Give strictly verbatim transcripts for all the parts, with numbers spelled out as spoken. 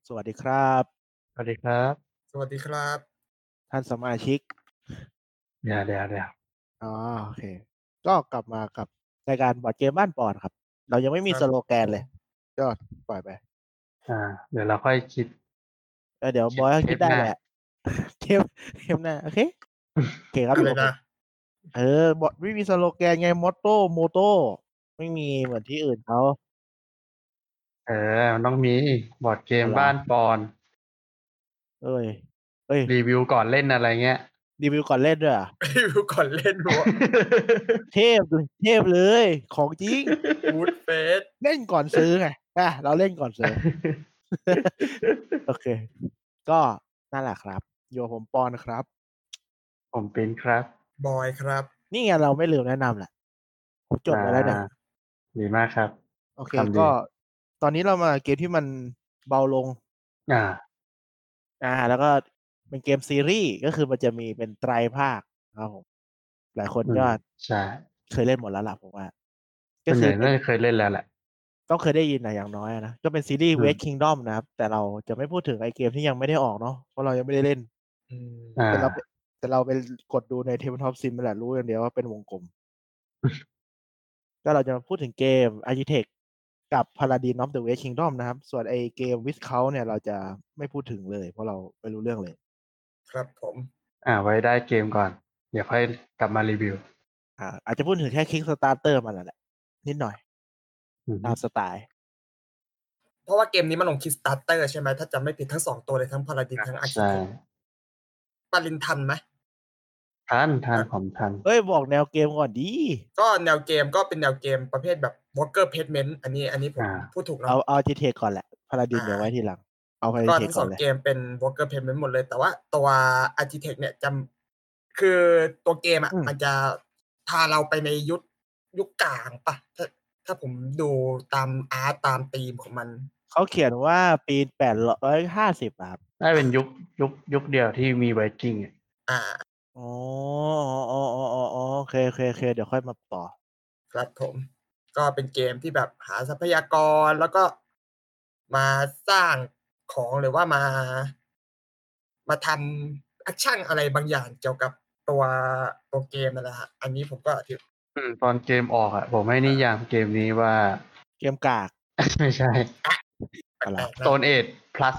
สวัสดีครับสวัสดีครับสวัสดีครับท่านสมาชิกเดี๋ยว ๆ ๆอ๋อ โอเค ก็กลับมากับรายการบอร์ดเกมบ้านปอนครับ เรายังไม่มีครับสโลแกนเลย ก็ปล่อยไปอา เดี๋ยวเราค่อยคิดเออ เดี๋ยวคบิดอยก็เทปคิดได้หน้าแหละ เทป เทปหน้า โอเค โอเคครับอะอไยรู่กับผนะ? ม เออ บอร์ด ไม่มีสโลแกนไง มอตโต Motto ไม่มีเหมือนที่อื่นเขาเออ มันต้องมี บอร์ดเกอมะไร? บ้านปอนเฮ้ย เฮ้ยรีวิวก่อนเล่น อะไรเงี้ยรีวิวก่อนเล่นด้วยเหรอ? รีวิว ก่อนเล่น วเทพ เลย เทพเลย ของจริง Good Faith เล่นก่อนซื้อไง อา เราเล่นก่อนซื้อ โอเค ก็นั่นแหละครับ อยู่กับผมปอนครับผมปริ้นครับบอยครับนี่ไงเราไม่ลืมแนะนำแหละ ผมจอดาไว้แล้วเนี่ยดีมากครับโอเคทำดกี็ตอนนี้เรามาเกมที่มันเบาลงอาอา แล้วก็เป็นเกมซีรีส์ ก็คือมันจะมีเป็นไตรภาคครับผม หลายคนอืมก็ใช่เคยเล่นหมดแล้วล่ะผมว่า กส็่วนคใหืญอ่เปน่็นาจะเคยเล่นแล้วแหละต้องเคยได้ยินอะอย่างน้อยอะนะ ก็เป็นซีรีส์อืม West Kingdom นะครับ แต่เราจะไม่พูดถึงไอ้เกมที่ยังไม่ได้ออกเนาะ เพราะเรายังไม่ได้เล่นอืมอแต่เราไปาแต่เราไปกดดูใน Tabletop Sim นั่นแหละ รู้อย่างเดียวว่าเป็นวงกลม ก็เราจะมาพูดถึงเกม Architect กับ Paladin of the West Kingdom นะครับ ส่วนไอ้เกม Viscount เนี่ยเราจะไม่พูดถึงเลย เพราะเราไม่รู้เรื่องเลยครับผมอา ไว้ได้เกมก่อน เดี๋ยวค่อยกลับมารีวิวอ่า อาจจะพูดถึงแค่ Kickstarter มันนั่นแหละ นิดหน่อยอือฮตึามสไตล์เพราะว่าเกมนี้มันลง Kickstarter ใช่ไหม? ถ้าจำไม่ผิดทั้ง สอง ตัวเลย ทั้ง Paladin อาทั้งใช่ Architect ปาลินทันไหม? ทันอะๆ ผมทันเฮ้ย บอกแนวเกมก่อนดิก็แนวเกม ก็เป็นแนวเกมประเภทแบบ Worker Placement อันนี้ อันนี้ผอมาพูดถูกเนเอาะ? า เอา Architect ก่อนแหละอ Paladin าเดี๋ยวไว้ทีหลัง เอาก็ท Architect ั้งก่อนสองเลยเกมเป็น Worker Placement หมดเลย แต่ว่าตัว Architect เนี่ยจะ คือตัวเกมอะอืมมันจะพาเราไปในยุค ยุคกลางเปล่า? ถ้า ถ้าผมดูตามอาร์ต ตามธีมของมันเขาเขียนว่าปี แปดร้อยห้าสิบ อะครับน่าจะอเป็นยุาค ยุค ยุคเดียวที่มี Viking อะอาอ๋อ อ๋อ ๆ ๆ ๆ โอเค ๆ ๆ เดี๋ยวค่อยมาต่อครับผม ก็เป็นเกมที่แบบหาทรัพยากร แล้วก็มาสร้างของ หรือว่ามา มาทำแอกชันอะไรบางอย่างเกี่ยวกับตัว ตัวเกมนั่นแหละครับ อันนี้ผมก็ถืออืม ตอนเกมออกอะ ผมให้นิอายามเกมนี้ว่าเกมกากไม่ใช่อะ แอ้าว เหรอ? ปลก ๆ นะ Stone Age Plus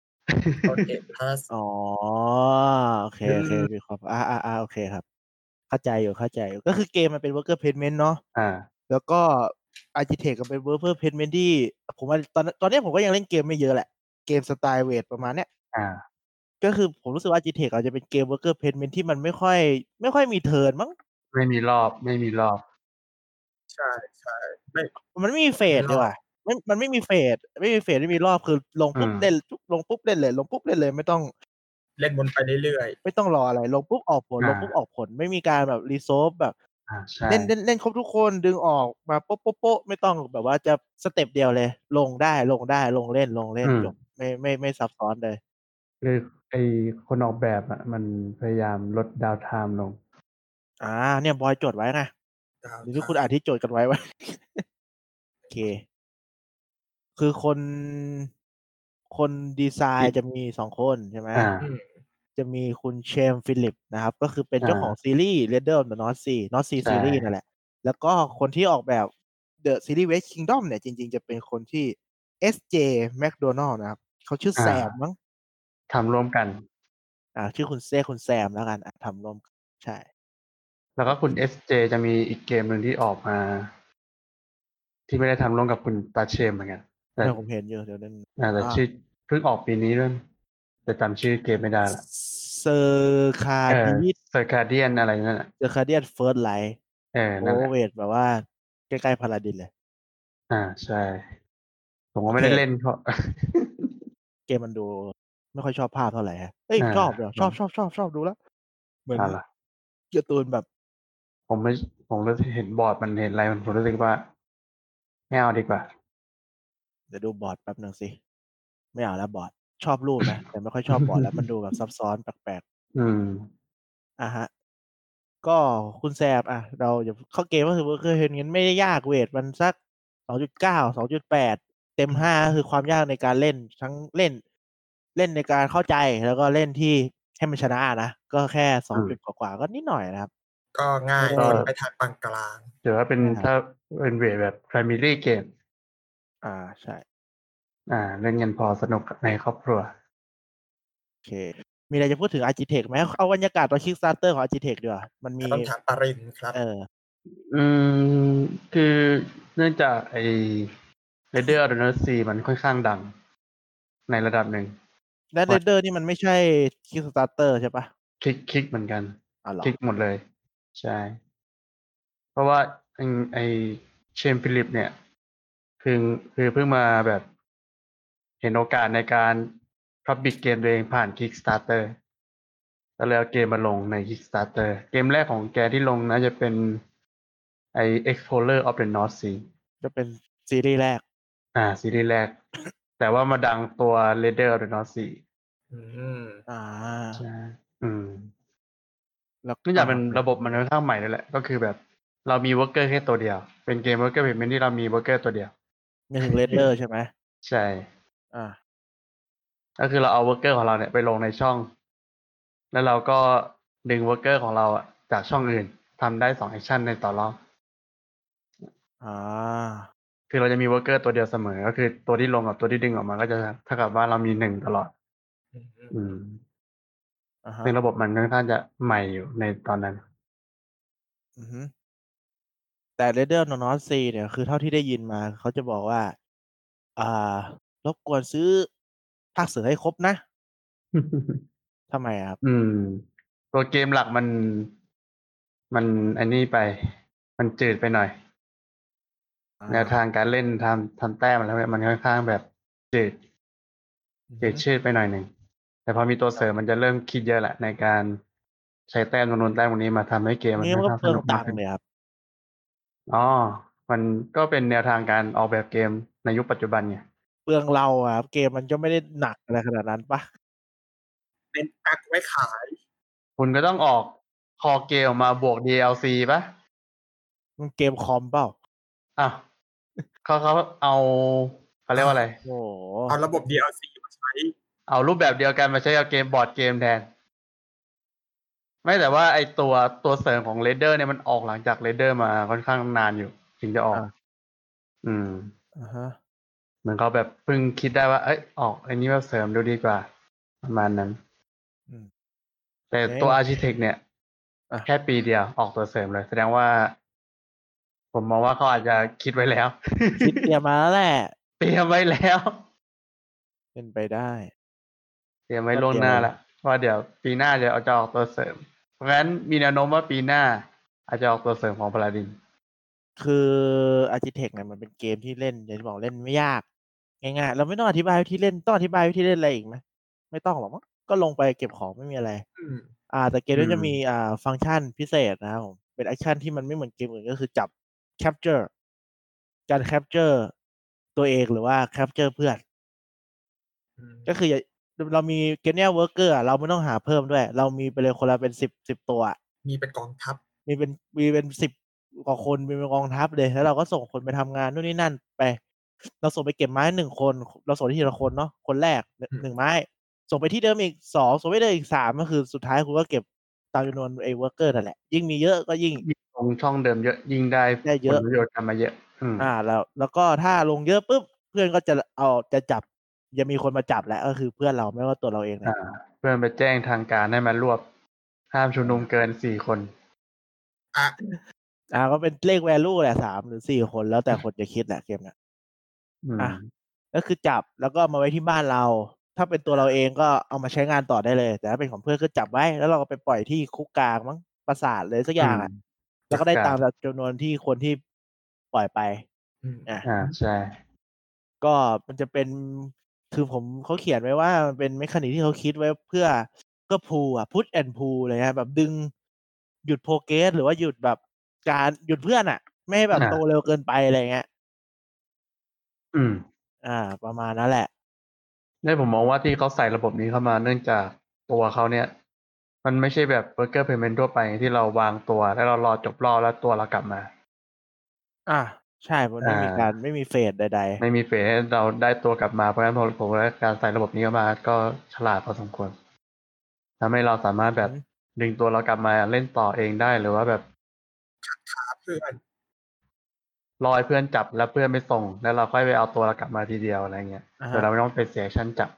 Stone Age Plus อ๋อ โอเคอืมๆ มีความ อา ๆ ๆ โอเคครับ เข้าใจอยู่ เข้าใจอยู่ ก็คือเกมมันเป็น Worker Placement เนาะอาแล้วก็ Architect ก็เป็น Worker Placement ที่ ผมว่าตอน น ตอนเนี้ยผมก็ยังเล่นเกมไม่เยอะแหละ เกมสไตล์เวทประมาณเนี้ยอาก็คือผมรู้สึกว่า Architect อาจจะเป็นเกม Worker Placement ที่มันไม่ค่อย ไม่ค่อยมีเทิร์นมั้งไม่มีรอบ ไม่มีรอบใช่ ๆ ไม่มันไม่มีเฟไม่สดีกวรอด่า มัน มันไม่มีเฟส ไม่มีเฟส ไม่มีรอบ คือลงอืมปุ๊บเล่น ปุ๊บ ลงปุ๊บเล่นเลย ลงปุ๊บเล่นเลย ไม่ต้องเล่นวนไปเรื่อย ๆไม่ต้องรออะไร ลงปุ๊บออกผลอลงปุ๊บาออกผล ไม่มีการแบบ resolve แบบอา ใชเล่น่เล่น เล่นครบทุกคน ดึงออกมาโป๊ะ ๆ ๆ ไม่ต้องแบบว่าจะสเต็ปเดียวเลย ลงได้ ลงได้ ลงเล่น ลงเล่น จบอืมไม่ ไม่ ไม่ซับซ้อนเลยคือไอ้คนออกแบบอะ มันพยายามลด downtime ลงอา เนี่ยบอยจดไว้ไง หรือที่คุณอ่านที่จดกันไว้ ไว้ โอเค คือคน คนดีไซอิน์จะมี สอง คน ใช่ไหมอาอืมจะมีคุณ Shane Phillips นะครับ ก็คือเป็นอเจ้าของาซีรีส์ Raiders of the North Sea North Sea ใชซีรีส์นั่่นแหละ แล้วก็คนที่ออกแบบ The ซีรีส์ West Kingdom เนี่ย จริง ๆ จะเป็นคนที่ เอส เจ McDonald นะครับ เขาชื่ออแซมามั้งทำร่วมกันอ่า ชื่อคุณ เรียกคุณแซมแล้วกัน อ่า ทำร่วม ใช่แล้วก็คุณ เอส เจ จะมีอีกเกมหนึ่งที่ออกมา ที่ไม่ได้ทำร่วมกับคุณ Tarsem เหมือนกัน แต่เออ ผมเห็นอยู่ เดี๋ยวนั้นอ่า แต่อาชื่อ เพิ่งออกปีนี้ด้วย แต่จำชื่อเกมไม่ได้แล้ว เออ Circadian Circadian อะไรนั่นน่ะ Circadian First Light เออโอ้นั่นแหละเวทแบบว่าใกล้ ๆ Paladin เลยอา ใช่ ผมโกอ็ไมเค่ได้เล่น เพราะเกมมันดูไม่ค่อยชอบภาพเท่าไรครับ เอ๊ยอาชอบดีว่ะมชันอบ ๆ ๆ ๆ ดูแล้ว เหมือนอ้าว เหรอ? การ์ตูนแบบผมไม่ ผมรู้สึกเห็นบอร์ด มันเห็นอะไร ผมรู้สึกว่า ไม่เอาดีกว่าเดี๋ยวดูบอร์ดแป๊บหนึ่งสิ ไม่เอาแล้วบอร์ด ชอบรูปนะ แต่ไม่ค่อยชอบบอร์ดแล้ว มันดูแบบซับซ้อนแปลก ๆอืมอะฮะ ก็คุณแซม อะ เราอย่า เข้าเกมก็คือ Worker Placement ไม่ได้ยาก เวตมันสัก สองจุดเก้า สองจุดแปด เต็ม ห้า ก็คือความยากในการเล่น ทั้งเล่นเล่นในการเข้าใจแล้วก็เล่นที่ให้มันชนะนะก็แค่สองจุดกว่าๆก็นิดหน่อยนะครับก็ง่ายก็คนไปทางปานกลางถือว่าเป็นใช่ครับถ้าเป็นเวทแบบ primary game อ่าใช่อ่าเล่นกันพอสนุกในครอบครัวโอเคมีอะไรจะพูดถึง Architect ไหมเอาบรรยากาศตอน Kickstarter ของ Architect ดีกว่ามันมีต้องถามปรินครับเอออืมคือเนื่องจากไอ้ Raider of the North Sea มันค่อนข้างดังในระดับหนึ่งและ Raider นี่มันไม่ใช่ Kickstarter ใช่ปะคลิกคลิกเหมือนกันอ๋อเหรอคลิกหมดเลย ใช่ เพราะว่าไอ้ไอ้เชนฟิลิปเนี่ยคือคือเพิ่งมาแบบเห็นโอกาสในการ Public เกมตัวเองผ่าน Kickstarter ก็เลยเอาเกมมาลงใน Kickstarter เกมแรกของแกที่ลงน่าจะเป็นไอ้ Explorer of the North Sea จะเป็นซีรีส์แรกอ่าซีรีส์แรก แต่ว่ามาดังตัว Raider of the North Sea อืมอ่าใช่ อืมแล้วเนื่องจากเป็นระบบมันค่อนข้างใหม่เลยแหละ ก็คือแบบเรามี worker แค่ตัวเดียว เป็นเกม worker payment ที่เรามี worker ตัวเดียวไม่ถึง Raider ใช่ไหมใช่อ่าก็คือเราเอา worker ของเราเนี่ยไปลงในช่อง แล้วเราก็ดึง worker ของเราอ่ะจากช่องอื่นทำได้สองแอคชั่นในต่อรอบอ่าคือเราจะมี worker ตัวเดียวเสมอ ก็คือตัวที่ลงกับตัวที่ดึงออกมาก็จะเท่ากับว่าเรามีหนึ่งตลอดอืมอืมอ่าฮะซึ่งระบบมันค่อนข้างจะใหม่อยู่ในตอนนั้นอือฮึแต่ Raider of the North Sea เนี่ยคือเท่าที่ได้ยินมาเขาจะบอกว่า อ่ารบกวนซื้อภาคเสือให้ครบนะทำไมอะครับอืม ตัวเกมหลักมัน มันอันนี้ไป มันจืดไปหน่อยอ่าแนวทางการเล่นทำทำแต้มอะไรพวกนี้มันค่อนข้างแบบจืดอือจืฮึดชืดไปหน่อยหนึ่ง แต่พอมีตัวเสริมมันจะเริ่มคิดเยอะแหละในการใช้แต้มตรงนู้นแต้มตรงนี้มาทำให้เกมมันนี่ค่มัอนนก็ข้างเปสลืองนุกตัมากงขึ้ค์นเลยครับอ๋อ มันก็เป็นแนวทางการออกแบบเกมในยุคปัจจุบันไงเปลืองเราอะครับเกมมันก็ไม่ได้หนักอะไรขนาดนั้นปะเป็นกักไว้ขายคุณก็ต้องออกคอเกมออกมาบวก ดี แอล ซี ป่ะมันเกมคอมเปล่าอ้าวเขาเขาเอาเขาเรียกว่าอะไรโอ้โหเอาระบบ ดี แอล ซี มาใช้เอารูปแบบเดียวกันมาใช้กับเกมบอร์ดเกมแทน ไม่แต่ว่าไอตัวตัวเสริมของ Raider เนี่ยมันออกหลังจาก Raider มาค่อนข้างนานอยู่ ถึงจะออกอ่าอืมอ่าฮะเหมือนเขาแบบเพิ่งคิดได้ว่า เอ้ย ออกอันนี้มาเสริมดูดีกว่า ประมาณนั้นอืมแต่โอเคตัว Architect เนี่ยอ่ะแค่ปีเดียวออกตัวเสริมเลย แสดงว่า ผมมองว่าเขาอาจจะคิดไว้แล้วคิดเตรียมมาแล้วแหละเตรียมไว้แล้วเป็นไปได้เตรียมไว้ล่วงหน้าแล้วว่าเดี๋ยวปีหน้าจะเอาจะออกตัวเสริม เพราะฉะนั้นมีแนวโน้มว่าปีหน้า อาจจะออกตัวเสริมของพาลาดินคือ Architect เนี่ยมันเป็นเกมที่เล่นอย่างที่บอกเล่นไม่ยากง่ายๆเราไม่ต้องอธิบายวิธีเล่นต้องอธิบายวิธีเล่นอะไรอีกไหมไม่ต้องหรอกมั้งก็ลงไปเก็บของไม่มีอะไรอืมอ่า แต่เกมอืนี้มจะมีอ่าฟังก์ชันพิเศษนะครับผมเป็นแอคชั่นที่มันไม่เหมือนเกมอื่นก็คือจับ capture การ capture ตัวเองหรือว่า capture เพื่อนอืมก็คืออย่าเรามีเกมเนี้ย worker อะเราไม่ต้องหาเพิ่มด้วย เรามีไปเลยคนละเป็นสิบสิบตัวอะมีเป็นกองทัพมีเป็นมีเป็นสิบกว่าคนมีเป็นกองทัพเลย แล้วเราก็ส่งคนไปทำงานนู่นนี่นั่นไป เราส่งไปเก็บไม้หนึ่งคน เราส่งทีละคนเนาะคนแรกหนึ่งอืมหนึ่งไม้ ส่งไปที่เดิมอีกสองส่งไปเดิมอีกสามก็คือสุดท้ายคุณก็เก็บตามจำนวนไอ้ worker นั่นแหละ ยิ่งมีเยอะก็ยิ่งยิ่งลงช่องเดิมเยอะยิ่งได้ได้เยผลอะประโยชน์กลันมาเยอะ อืมอ่า แล้ว แล้วก็ถ้าลงเยอะปุ๊บเพื่อนก็จะเอาจะจับจะมีคนมาจับแล้วก็คือเพื่อนเราไม่ว่าตัวเราเองเนี่อ่าย เพื่อนไปแจ้งทางการให้มารวบ ห้ามชุมนุมเกินสี่คนอ่ะอ่าก็เป็นเลข value แหละสามหรือสี่คนแล้วแต่คนจะคิดแหละเกมเนี้ยอืมอ่ะ ก็คือจับแล้วก็เอามาไว้ที่บ้านเรา ถ้าเป็นตัวเราเองก็เอามาใช้งานต่อได้เลย แต่ถ้าเป็นของเพื่อนก็จับไว้แล้วเราก็ไปปล่อยที่คุกกลางมั้งปราสาทเลยสักอย่างอ่ะ แล้วก็ได้ตามจำนวนที่คนที่ปล่อยไปอืมอ่ะอ่าใช่ก็มันจะเป็นคือผมเขาเขียนไว้ว่ามันเป็นเมคานิกที่เขาคิดไว้เพื่อเพื่อพูอ่ะพุชแอนพูเลยฮะแบบดึงหยุดโปรเกรสหรือว่าหยุดแบบการหยุดเพื่อนอ่ะ ไม่ให้แบบอ่าโตเร็วเกินไปอะไรเงี้ยอืมอ่า ประมาณนั้นแหละนี่ผมมองว่าที่เขาใส่ระบบนี้เข้ามาเนื่องจากตัวเขาเนี่ย มันไม่ใช่แบบ worker payment ทั่วไปที่เราวางตัวแล้วเรารอจบรอบแล้วตัวเรากลับมาอ่ะใช่มันไม่มีการไม่มีเฟสใดๆไม่มีเฟสให้เราได้ตัวกลับมาเพราะฉะนั้นผมผมว่าการใส่ระบบนี้เข้ามาก็ฉลาดพอสมควรทำให้เราสามารถแบบดึงตัวเรากลับมาเล่นต่อเองได้หรือว่าแบบขาเพื่อนรอให้เพื่อนจับแล้วเพื่อนไม่ส่งแล้วเราค่อยไปเอาตัวเรากลับมาทีเดียวอะไรเงี้ยอ่าโดยฮะเราไม่ต้องไปเสียชั่นจับ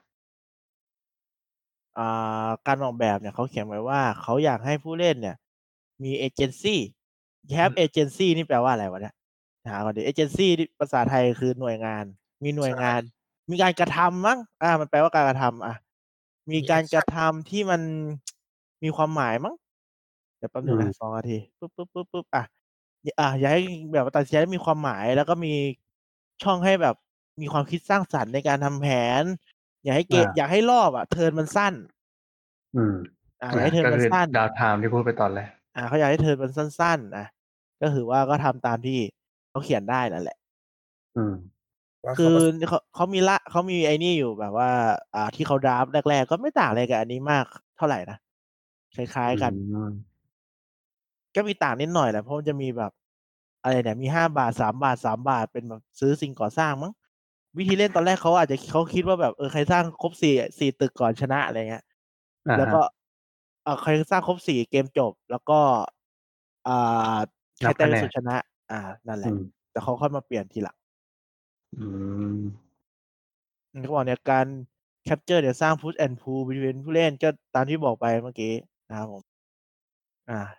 อ่าการออกแบบเนี่ยเขาเขียนไว้ว่าเขาอยากให้ผู้เล่นเนี่ย มีเอเจนซี่แคปเอเจนซี่นี่แปลว่าอะไรวะเนี่ยหาก่อนดิเอเจนซี่ภาษาไทยคือหน่วยงาน มีหน่วยงาน มีการกระทำมั้งอ่ามันแปลว่าการกระทำอ่ะมีการกระทำที่มันมีความหมายมั้งเดี๋ยวแป๊บนึงนะสองนาทีปุ๊บปุ๊บปุ๊บปุ๊บอ่ะอ่ะอยากให้แบบว่าตัดสินใจมีความหมายแล้วก็มีช่องให้แบบมีความคิดสร้างสรรค์ในการทำแผน อยากให้เกมอยากให้รอบอ่ะเทิร์นมันสั้นอืมอ่าอยากให้เทิร์นก็มันคือสั้นดาวไทม์ที่พูดไปตอนแรกอ่าเขาอยากให้เทิร์นมันสั้นๆอ่ะก็คือว่าก็ทำตามที่เขาเขียนได้นั่นแหละอืมคือเขาเขามีละเขามีไอ้นี่อยู่แบบว่า อ่าที่เขาดราฟแรกๆก็ไม่ต่างอะไรกับอันนี้มากเท่าไหร่นะคล้ายๆกันอืมก็มีต่างนิดหน่อยแหละเพราะมันจะมีแบบอะไรเนี่ยมีห้าบาทสามบาทสามบาทเป็นแบบซื้อสิ่งก่อสร้างมั้งวิธีเล่นตอนแรกเขาอาจจะเขาคิดว่าแบบเออใครสร้างครบสี่สี่ตึกก่อนชนะอะไรเงี้ยอ่าแล้วฮะก็เออใครสร้างครบสี่เกมจบ แล้วก็อ่าใครนับแต้มคะแนเยอะนสุดชนะ อ่า นั่นแหอืละมแต่เขาค่อยมาเปลี่ยนทีหลังอืมอืมเขาบอกเนี่ยการแคปเจอร์เนี่ยสร้าง push and pull บริเวณผู้เล่นก็ตามที่บอกไปเมื่อกี้นะครับผม อ่า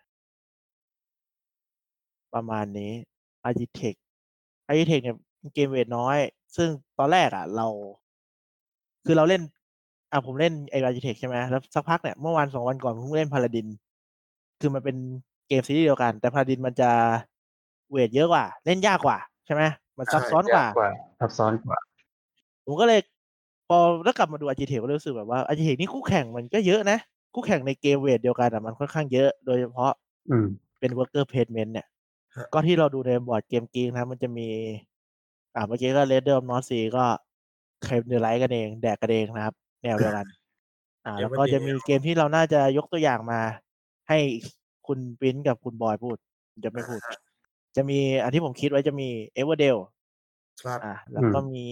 ประมาณนี้ Architect Architect เนี่ยเกมเวทน้อย ซึ่งตอนแรกอ่ะ เรา คือเราเล่น อ่ะผมเล่นไอ้ Architect ใช่ไหมแล้วสักพักเนี่ยเมื่อวันสองวันก่อนผมเล่น Paladin คือมันเป็นเกมซีรีส์เดียวกัน แต่ Paladin มันจะเวทเยอะกว่า เล่นยากกว่าใช่ไหมมันซับซ้อนกว่ากว่าซับซ้อนกว่าผมก็เลยพอแล้วกลับมาดู Architect ก็รู้สึกแบบว่า Architect นี่คู่แข่งมันก็เยอะนะ คู่แข่งในเกมเวทเดียวกันอ่ะมันค่อนข้างเยอะ โดยเฉพาะอืมเป็น worker placement เนี่ย ก็ที่เราดูในบอร์ดเกมกีนะมันจะมี อ่าเมื่อกี้ก็ Red Dead North Sea ก็เคลมเนื้อไลท์กันเอง แดกกันเองนะครับ แนวเดียวกัน อ่า แล้วก็จะมีเกมที่เราน่าจะยกตัวอย่างมา ให้คุณปริ้นกับคุณบอยพูดจะไม่พูด จะมีอันที่ผมคิดไว้จะมี Everdell ครับอ่า แล้วก็มี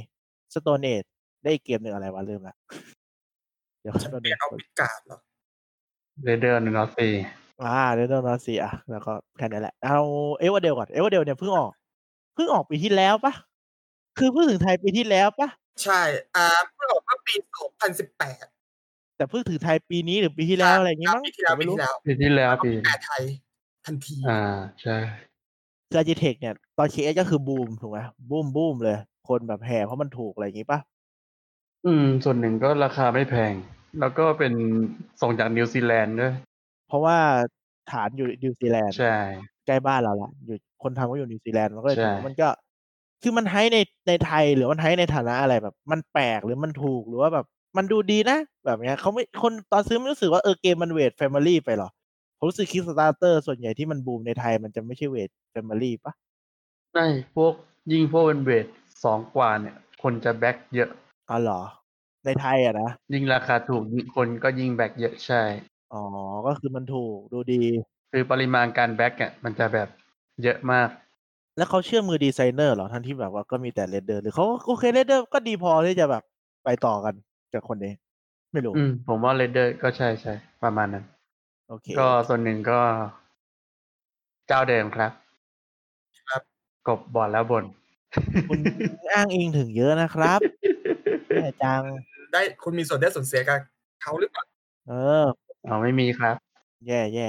Stone Age ได้อีกเกมหนึ่งอะไรวะลืมละเดี๋ยวจะแป๊บเปนึลี่ยงนเอาพิกาดเหรอเรเดอร์นอร์ซีอ่า Red Dead North Sea อ่ะแล้วก็แค่นี้แหละ เอา Everdell ก่อน Everdell เนี่ยเพิ่งออก เพิ่งออกปีที่แล้วเปล่า? คือเพิ่งถึงไทยปีที่แล้วเปล่า? ใช่ อ่า เพิ่งออกเมื่อปี สองพันสิบแปดแต่เพิ่งถึงไทยปีนี้หรือปีที่แล้ว อะไรอย่างงี้ครับมั้งปีที่แล้ผวมปีไม่รู้ที่แล้วปีที่แล้วแล้วก็ปีแปลไทยทันทีอ่า ใช่คือ Architect เนี่ย ตอน เค เอส ก็คือบูมถูกไหม บูม ๆ เลย คนแบบแห่เพราะมันถูก อะไรอย่างงี้เปล่า? อืม ส่วนหนึ่งก็ราคาไม่แพง แล้วก็เป็นส่งจากนิวซีแลนด์ด้วยเพราะว่าฐานอยู่นิวซีแลนด์ใช่ใกล้บ้านเราแหละ อยู่ คนทำก็อยู่นิวซีแลนด์ มันก็เลยใช่ถูก มันก็ คือมัน Hype ใน ในไทย หรือมัน Hype ในฐานะอะไรแบบ มันแปลก หรือมันถูก หรือว่าแบบมันดูดีนะ แบบเนี้ย เขาไม่ คนตอนซื้อไม่รู้สึกว่า เออ เกมมันเวท Family ไปเหรอ? ผมรู้สึก Kickstarter ส่วนใหญ่ที่มันบูมในไทยมันจะไม่ใช่เวท Family เปล่า? ใช่ พวก ยิ่งพวกเป็นเวท สอง กว่าเนี่ย คนจะแบ็กเยอะอ้าวเหรอ? ในไทยอะนะยิ่งราคาถูก ยิ่ง คนก็ยิ่งแบ็กเยอะ ใช่อ๋อ ก็คือมันถูก ดูดีคือปริมาณการแบ็กอะมันจะแบบเยอะมากแล้วเขาเชื่อมือดีไซเนอร์เหรอ? ทั้งที่แบบว่าก็มีแต่ Render หรือเขาโอเค Render ก็ดีพอที่จะแบบไปต่อกันกับคนนี้ ไม่รู้อืม ผมว่า Render ก็ใช่ ๆ ประมาณนั้นโอเคก็ส่วนหนึ่งก็ เจ้าเดิมครับครับกบ บอกแล้วบ่นคุณอ้างอิงถึงเยอะนะครับ แย่จังได้ คุณมีส่วนได้ส่วนเสียกับเขาหรือเปล่า? เอออ๋อ ไม่มีครับแย่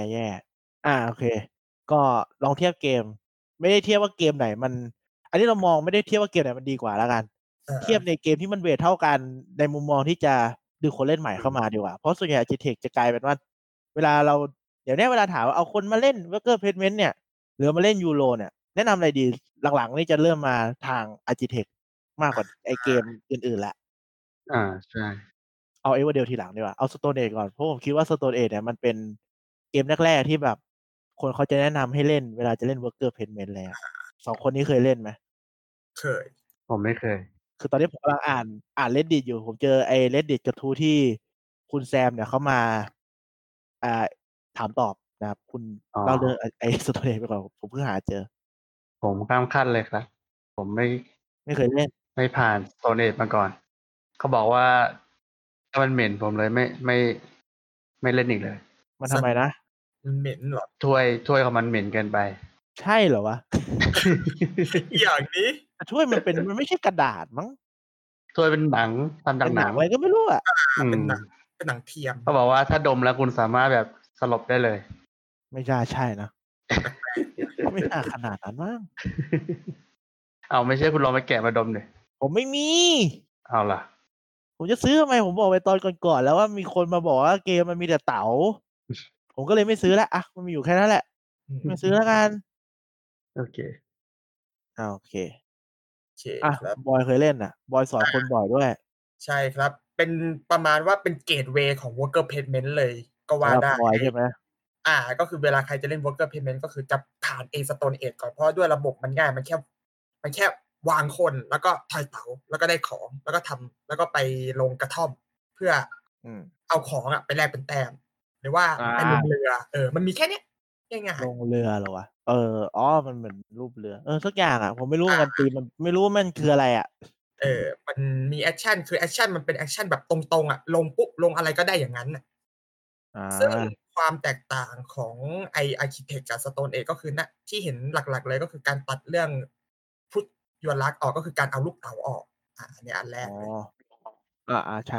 ๆ ๆ อา โอเค ก็ลองเทียบเกม ไม่ได้เทียบว่าเกมไหนมัน อันนี้เรามองไม่ได้เทียบว่าเกมไหนมันดีกว่าแล้วกันอาเทียบในเกมที่มันเวทเท่ากันในมุมมองที่จะดึงคนเล่นใหม่เข้ามาดีกว่า เพราะส่วนใหญ่ Architect จะกลายเป็นว่า เวลาเรา เดี๋ยวเนี้ยเวลาถามว่าเอาคนมาเล่น Worker Placement เนี่ย หรือมาเล่น Euro เนี่ย แนะนำอะไรดี? หลัง ๆ นี่จะเริ่มมาทาง Architect มากกว่าไอ้เกมอื่น ๆ แล้วอา ใช่เอา Everdell ทีหลังดีกว่า เอา Stone Age ก่อน เพราะผมคิดว่า Stone Age เนี่ยมันเป็นเกมแรก ๆ ที่แบบคนเขาจะแนะนำให้เล่นเวลาจะเล่น Worker Placement เลยอะ สอง คนนี้เคยเล่นไหม? เคยผมไม่เคยคือตอนนี้ผมกำลังอ่าน อ่าน Reddit อยู่ ผมเจอไอ้ Reddit กระทู้ที่คุณแซมเนี่ยเขามา อ่า ถามตอบนะครับ คุณอ๋อเล่าเรื่องไอ้ ไอ้ Stone Age ไปก่อน ผมเพิ่งหาเจอผมข้ามขั้นเลยครับ ผมไม่ไม่เคยเล่นไม่ผ่าน Stone Age มาก่อน เขาบอกว่าถ้ามันเหม็นผมเลยไม่ไม่ ไม่เล่นอีกเลยมันทำไมนะมันเหม็นเหรอ? ถ้วย ถ้วยของมันเหม็นเกินไปใช่เหรอวะ? อย่างนี้แต่ถ้วยมันเป็น มันไม่ใช่กระดาษมั้งถ้วยเป็นหนัง ทำจาเป็กนหหนันังงอะไรก็ไม่รู้อะอาอืเป็นมหนัง เป็นหนังเทียมเขาบอกว่าถ้าดมแล้วคุณสามารถแบบสลบได้เลยไม่น่าใช่นะแปลก ๆ นะไม่น่าขนาดนั้นมั้งอ้าว ไม่เชื่อคุณลองไปแกะมาดมดิผมไม่มีอ้าว เหรอ? ผมจะซื้อทำไม ผมบอกไปตอนก่อน ๆ แล้วว่ามีคนมาบอกว่าเกมมันมีแต่เต๋า ผมก็เลยไม่ซื้อแล้ว อะ มันมีอยู่แค่นั้นแหละอืมไม่ซื้อแล้วกันโอเคอา โอเคโอเคอะครับบอยเคยเล่นน่ะ บอยสอนอาคนบ่อยด้วยใช่ครับ เป็นประมาณว่าเป็นเกตเวย์ของ Worker Placement เลยก็วส่าำหรับได้บอยในใช่ไหม? อา ก็คือเวลาใครจะเล่น Worker Placement ก็คือจะผ่านไอ้ Stone Age ก่อน เพราะด้วยระบบมันง่าย มันแค่ มันแค่วางคน แล้วก็ทอยเต๋า แล้วก็ได้ของ แล้วก็ทำ แล้วก็ไปลงกระท่อม เพื่ออืมเอาของอะไปแลกเป็นแต้ม หรือว่าอไปลงาเรือ เออ มันมีแค่เนี้ย ง่ายลๆงเรือเหรอวะ? เออ อ๋อ มันเหมือนรูปเรือ เออ สักอย่างอะ ผมไม่รู้เหอมือนกัน ธีามมัน ไม่รู้ว่ามันคืออะไรอะเออ มันมีแอกชัน คือแอกชันมันเป็นแอกชันแบบตรง ๆ อะ ลงปุ๊บ ลงอะไรก็ได้อย่างงั้นน่ะอซึ่งาความแตกต่างของไอ้ Architect กับ Stone Age ก็คือ ณ ที่เห็นหลัก ๆ เลย ก็คือการตัดเรื่อง Put your luck ออก ก็คือการเอาลูกเต๋าออก อา อันนี้อันแรอ๋อกเลยอา ๆ ใช่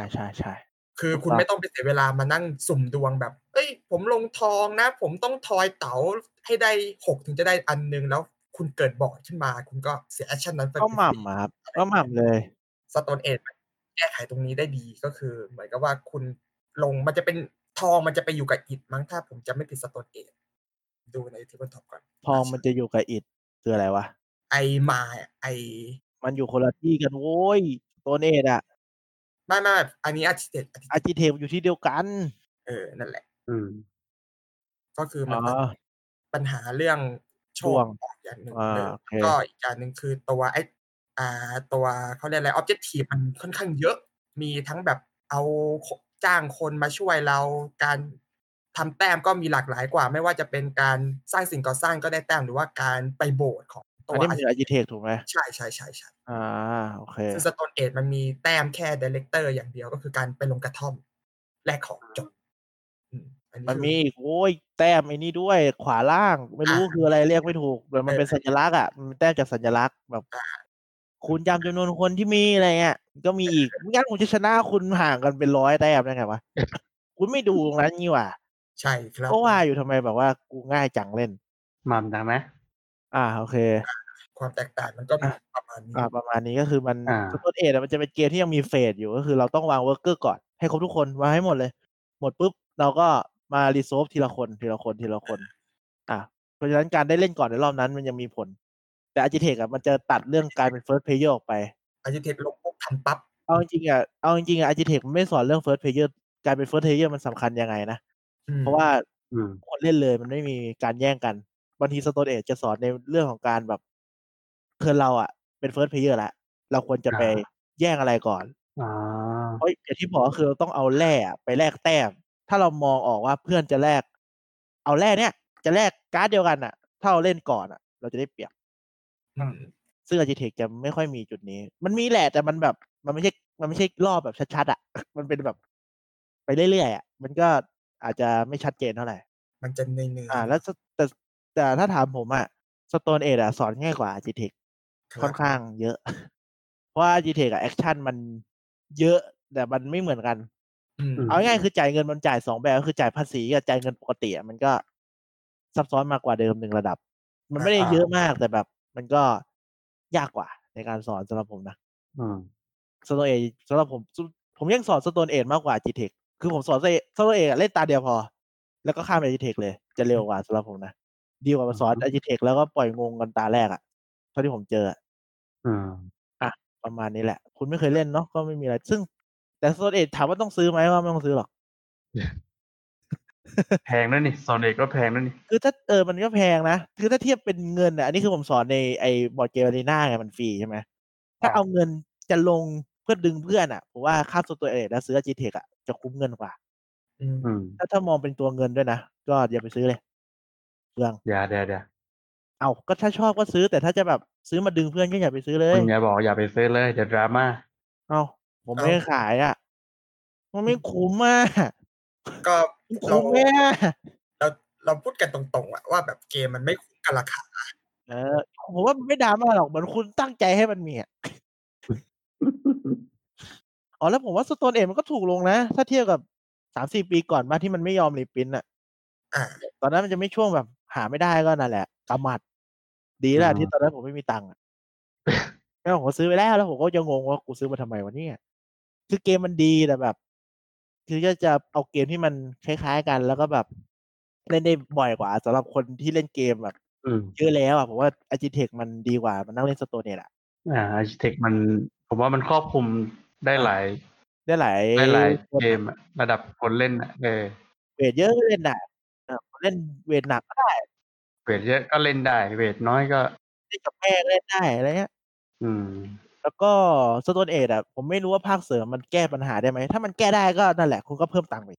ๆ ๆ ถูกตคือคุณ้อไงม่ต้องไปเสียเวลามานั่งสุ่มดวงแบบ เฮ้ย ผมลงทองนะ ผมต้องทอยเต๋าให้ได้ หก ถึงจะได้อันหนึ่ง แล้วคุณเกิดบอร์ดขึ้นมา คุณก็เสียแอกชันนั้นไปก็หมฟร่ีำอะครับๆ อะไรก็หมเ่งี้ยำเลย Stone Age มันแก้ไขตรงนี้ได้ดี ก็คือเหมือนกับว่าคุณลง มันจะเป็น ทองมันจะไปอยู่กับอิฐมั้ง ถ้าผมจำไม่ผิด Stone Age ดูใน Tabletop ก่อนทองมันจะอยู่กับอิฐ คืออะไรวะ? ไอ้ Mine อะ ไอ้มันอยู่คนละที่กันโว้ย Stone Age อะไม่ ๆ อันนี้ Architect Architect Architect มันอยู่ที่เดียวกันเออ นั่นแหละอืมก็คืออ๋มันตัดอปัญหาเรื่องโชคดวงออกอย่างหนึ่องาเลยโอเคก็อีกอย่างหนึ่งคือตัวไอ้ อ่า ตัว เขาเรียกอะไร ออบเจกทิฟ มันค่อนข้างเยอะ มีทั้งแบบเอา ค จ้างคนมาช่วยเรา การทำแต้มก็มีหลากหลายกว่า ไม่ว่าจะเป็นการสร้างสิ่งก่อสร้างก็ได้แต้ม หรือว่าการไปโบสถ์ของตอันวนี้มันคือ Architect Architect ถูกไหม? ใช่ ๆ ๆ ๆอา โอเคซึ่ง Stone Age มันมีแต้มแค่ Director อย่างเดียว ก็คือการไปลงกระท่อม แลกของจบ อืม อันนี้คมันืมีออีก โอ๊ย แต้มไอ้นี่ด้วย ขวาล่าง ไม่อรู้าคืออะไร เรียกไม่ถูก แต่เมอันอเป็นสัญลักษณ์อะ มันเป็นแต้มจากสัญลักษณ์แบบอาคูณจำจำนวนคนที่มี อะไรเงี้ย ก็มีอีก ไม่งั้นผมจะชนะคุณห่างกันเป็น ร้อย แต้มได้ไงวะ คุณไม่ดูตรงนั้นงี้หว่าใช่ครับก็ว่าอยู่ทำไมแบบว่ากูง่ายจังเล่นหม่ำจังไหม? อา โอเคอา ความแตกต่างมันก็อมีะประมาณนีอา้ประมาณนี้ ก็คือมันอา Stone Age อะมันจะเป็นเกมที่ยังมีเฟสอยู่ ก็คือเราต้องวาง worker ก่อนให้ครบทุกคน วางให้หมดเลย หมดปุ๊บ เราก็มา resolve ทีละคน ทีละคน ทีละคน อา เพราะฉะนั้นการได้เล่นก่อนในรอบนั้นมันยังมีผล แต่ Architect อะมันจะตัดเรื่องการ Architect เป็น First Player ออกไป Architect ลงปุ๊บทำปั๊บเอาจริง ๆ อะ เอาจริง ๆ อะ Architect มันไม่สอนเรื่อง First Player การเป็น First Player มันสำคัญยังไงนะอืเพราะว่ามอืมทุกคนเล่นเลย มันไม่มีการแย่งกัน บางที Stone Age จะสอนในเรื่องของการแบบ คือเราอะเป็น First Player แล้ว เราควรจะอไปาแย่งอะไรก่อนอ๋อเพราะอย่างที่บอก ก็คือเราต้องเอาแร่อะไปแลกแต้ม ถ้าเรามองออกว่าเพื่อนจะแลก เอาแร่เนี้ยจะแลกการ์ดเดียวกันน่ะ ถ้าเราเล่นก่อนอะเราจะได้เปรียบอืมซึ่ง Architect จะไม่ค่อยมีจุดนี้ มันมีแหละ แต่มันแบบ มันไม่ใช่ มันไม่ใช่รอบแบบชัด ๆ อะ มันเป็นแบบไปเรื่อย ๆ อะ มันก็อาจจะไม่ชัดเจนเท่าไรมันจะเนื่ออยาๆ หแนล่้อวยส แต่ แต่ถ้าถามผมอะ Stone Age อะสอนง่ายกว่า Architect ครค่อับนข้างเยอะ เพราะว่า Architect อะแอกชันมันเยอะ แต่มันไม่เหมือนกันอือืมเอาง่าย ๆมคือจ่ายเงินมันจ่าย สอง แบบ ก็คือจ่ายภาษีกับจ่ายเงินปกติอะ มันก็ซับซ้อนมากกว่าเดิม หนึ่ง ระดับ มันอไม่ได้อาเยอะมาก แต่แบบมันก็ยากกว่าในการสอนสำหรับผมนะอืม Stone Age สำหรับผม ซ ผมยังสอน Stone Age มากกว่า Architect คือผมสอน Sta Stone Age อะเล่นตาเดียวพอ แล้วก็ข้ามไป Architect เลย จะเร็วกว่าสำหรับผมนะ ดีกว่าอมืาอสอนฮึ Architect แล้วก็ปล่อยงงกันตาแรกอะ เท่าที่ผมเจออะอืมอะ ประมาณนี้แหละ คุณไม่เคยเล่นเนาะ ก็ไม่มีอะไร ซึ่ง แต่ Stone Age ถามว่าต้องซื้อไหม ว่าไม่ต้องซื้อหรอกแพงด้วยนี่ Stone Age ก็แพงด้วยนี่คือถ้า เออ มันก็แพงนะ คือถ้าเทียบเป็นเงินอะ อันนี้คือผมสอนในไอ้บอร์ดเกม Arena ไง มันฟรีใช่ไหม ถ้าอเอาาเงินจะลงเพื่อดึงเพื่อนอะ ผมว่าข้าม Stone Age แล้วซื้อ Architect อะจะคุ้มเงินกว่าอืมอืมถ้า ถ้ามองเป็นตัวเงินด้วยนะ ก็อย่าไปซื้อเลย เปลืองเดี๋ยว ๆ ๆเอาก็ถ้าชอบก็ซื้อแต่ถ้าจะแบบซื้อมาดึงเพื่อนก็อย่าไปซื้อเลคุยณอย่าบอกอย่าไปซื้อเลยเดี๋ยวดราม่าเอาผมไม่เอ้าได้ขายอ่ะ มันไม่คุ้มอ่ะก็มันเราคุ้มไหมอะเราเราพูดกันตรงๆอะว่าแบบเกมมันไม่คุ้มกับราคาเออผมว่ามันไม่ดราม่าหรอกเหมือนคุณตั้งใจให้มันมีอะ อ๋อแล้วผมว่า Stone Age มันก็ถูกลงนะ ถ้าเทียบกับ สามสี่ ปีก่อนป่ะที่มันไม่ยอม reprint น่ะอาตอนนั้นมันจะไม่ช่วงแบบหาไม่ได้ก็นั่นแหละกำหมัด ดีอืแล้วมที่ตอนนั้นผมไม่มีตังค์อะ แล้วผมก็ซื้อไปแล้ว แล้วผมก็ยังงงว่ากูซื้อมาทำไมวะเนี่ย คือเกมมันดีแต่แบบ คือก็จะเอาเกมที่มันคล้าย ๆ กัน แล้วก็แบบเล่นได้บ่อยกว่าสำหรับคนที่เล่นเกมแบบอืมเยอะแล้วอะ ผมว่า Agitech มันดีกว่ามานั่งเล่น Stone Age อะอา Agitech มัน ผมว่ามันครอบคลุมได้อาหลายได้หลายได้หลายคนเกอะมอะ ระดับคนเล่นอะ เออเวตเยอะก็เล่นได้ เออ เล่นเวตหนักก็ได้เวตเยอะก็เล่นได้ เวตน้อยก็เล่นกับแม่ก็เล่นได้ อะไรเงี้ยอืมแล้วก็ Stone Age อะ ผมไม่รู้ว่าภาคเสริมมันแก้ปัญหาได้ไหม ถ้ามันแก้ได้ก็นั่นแหละ คุณก็เพิ่มตังค์ไป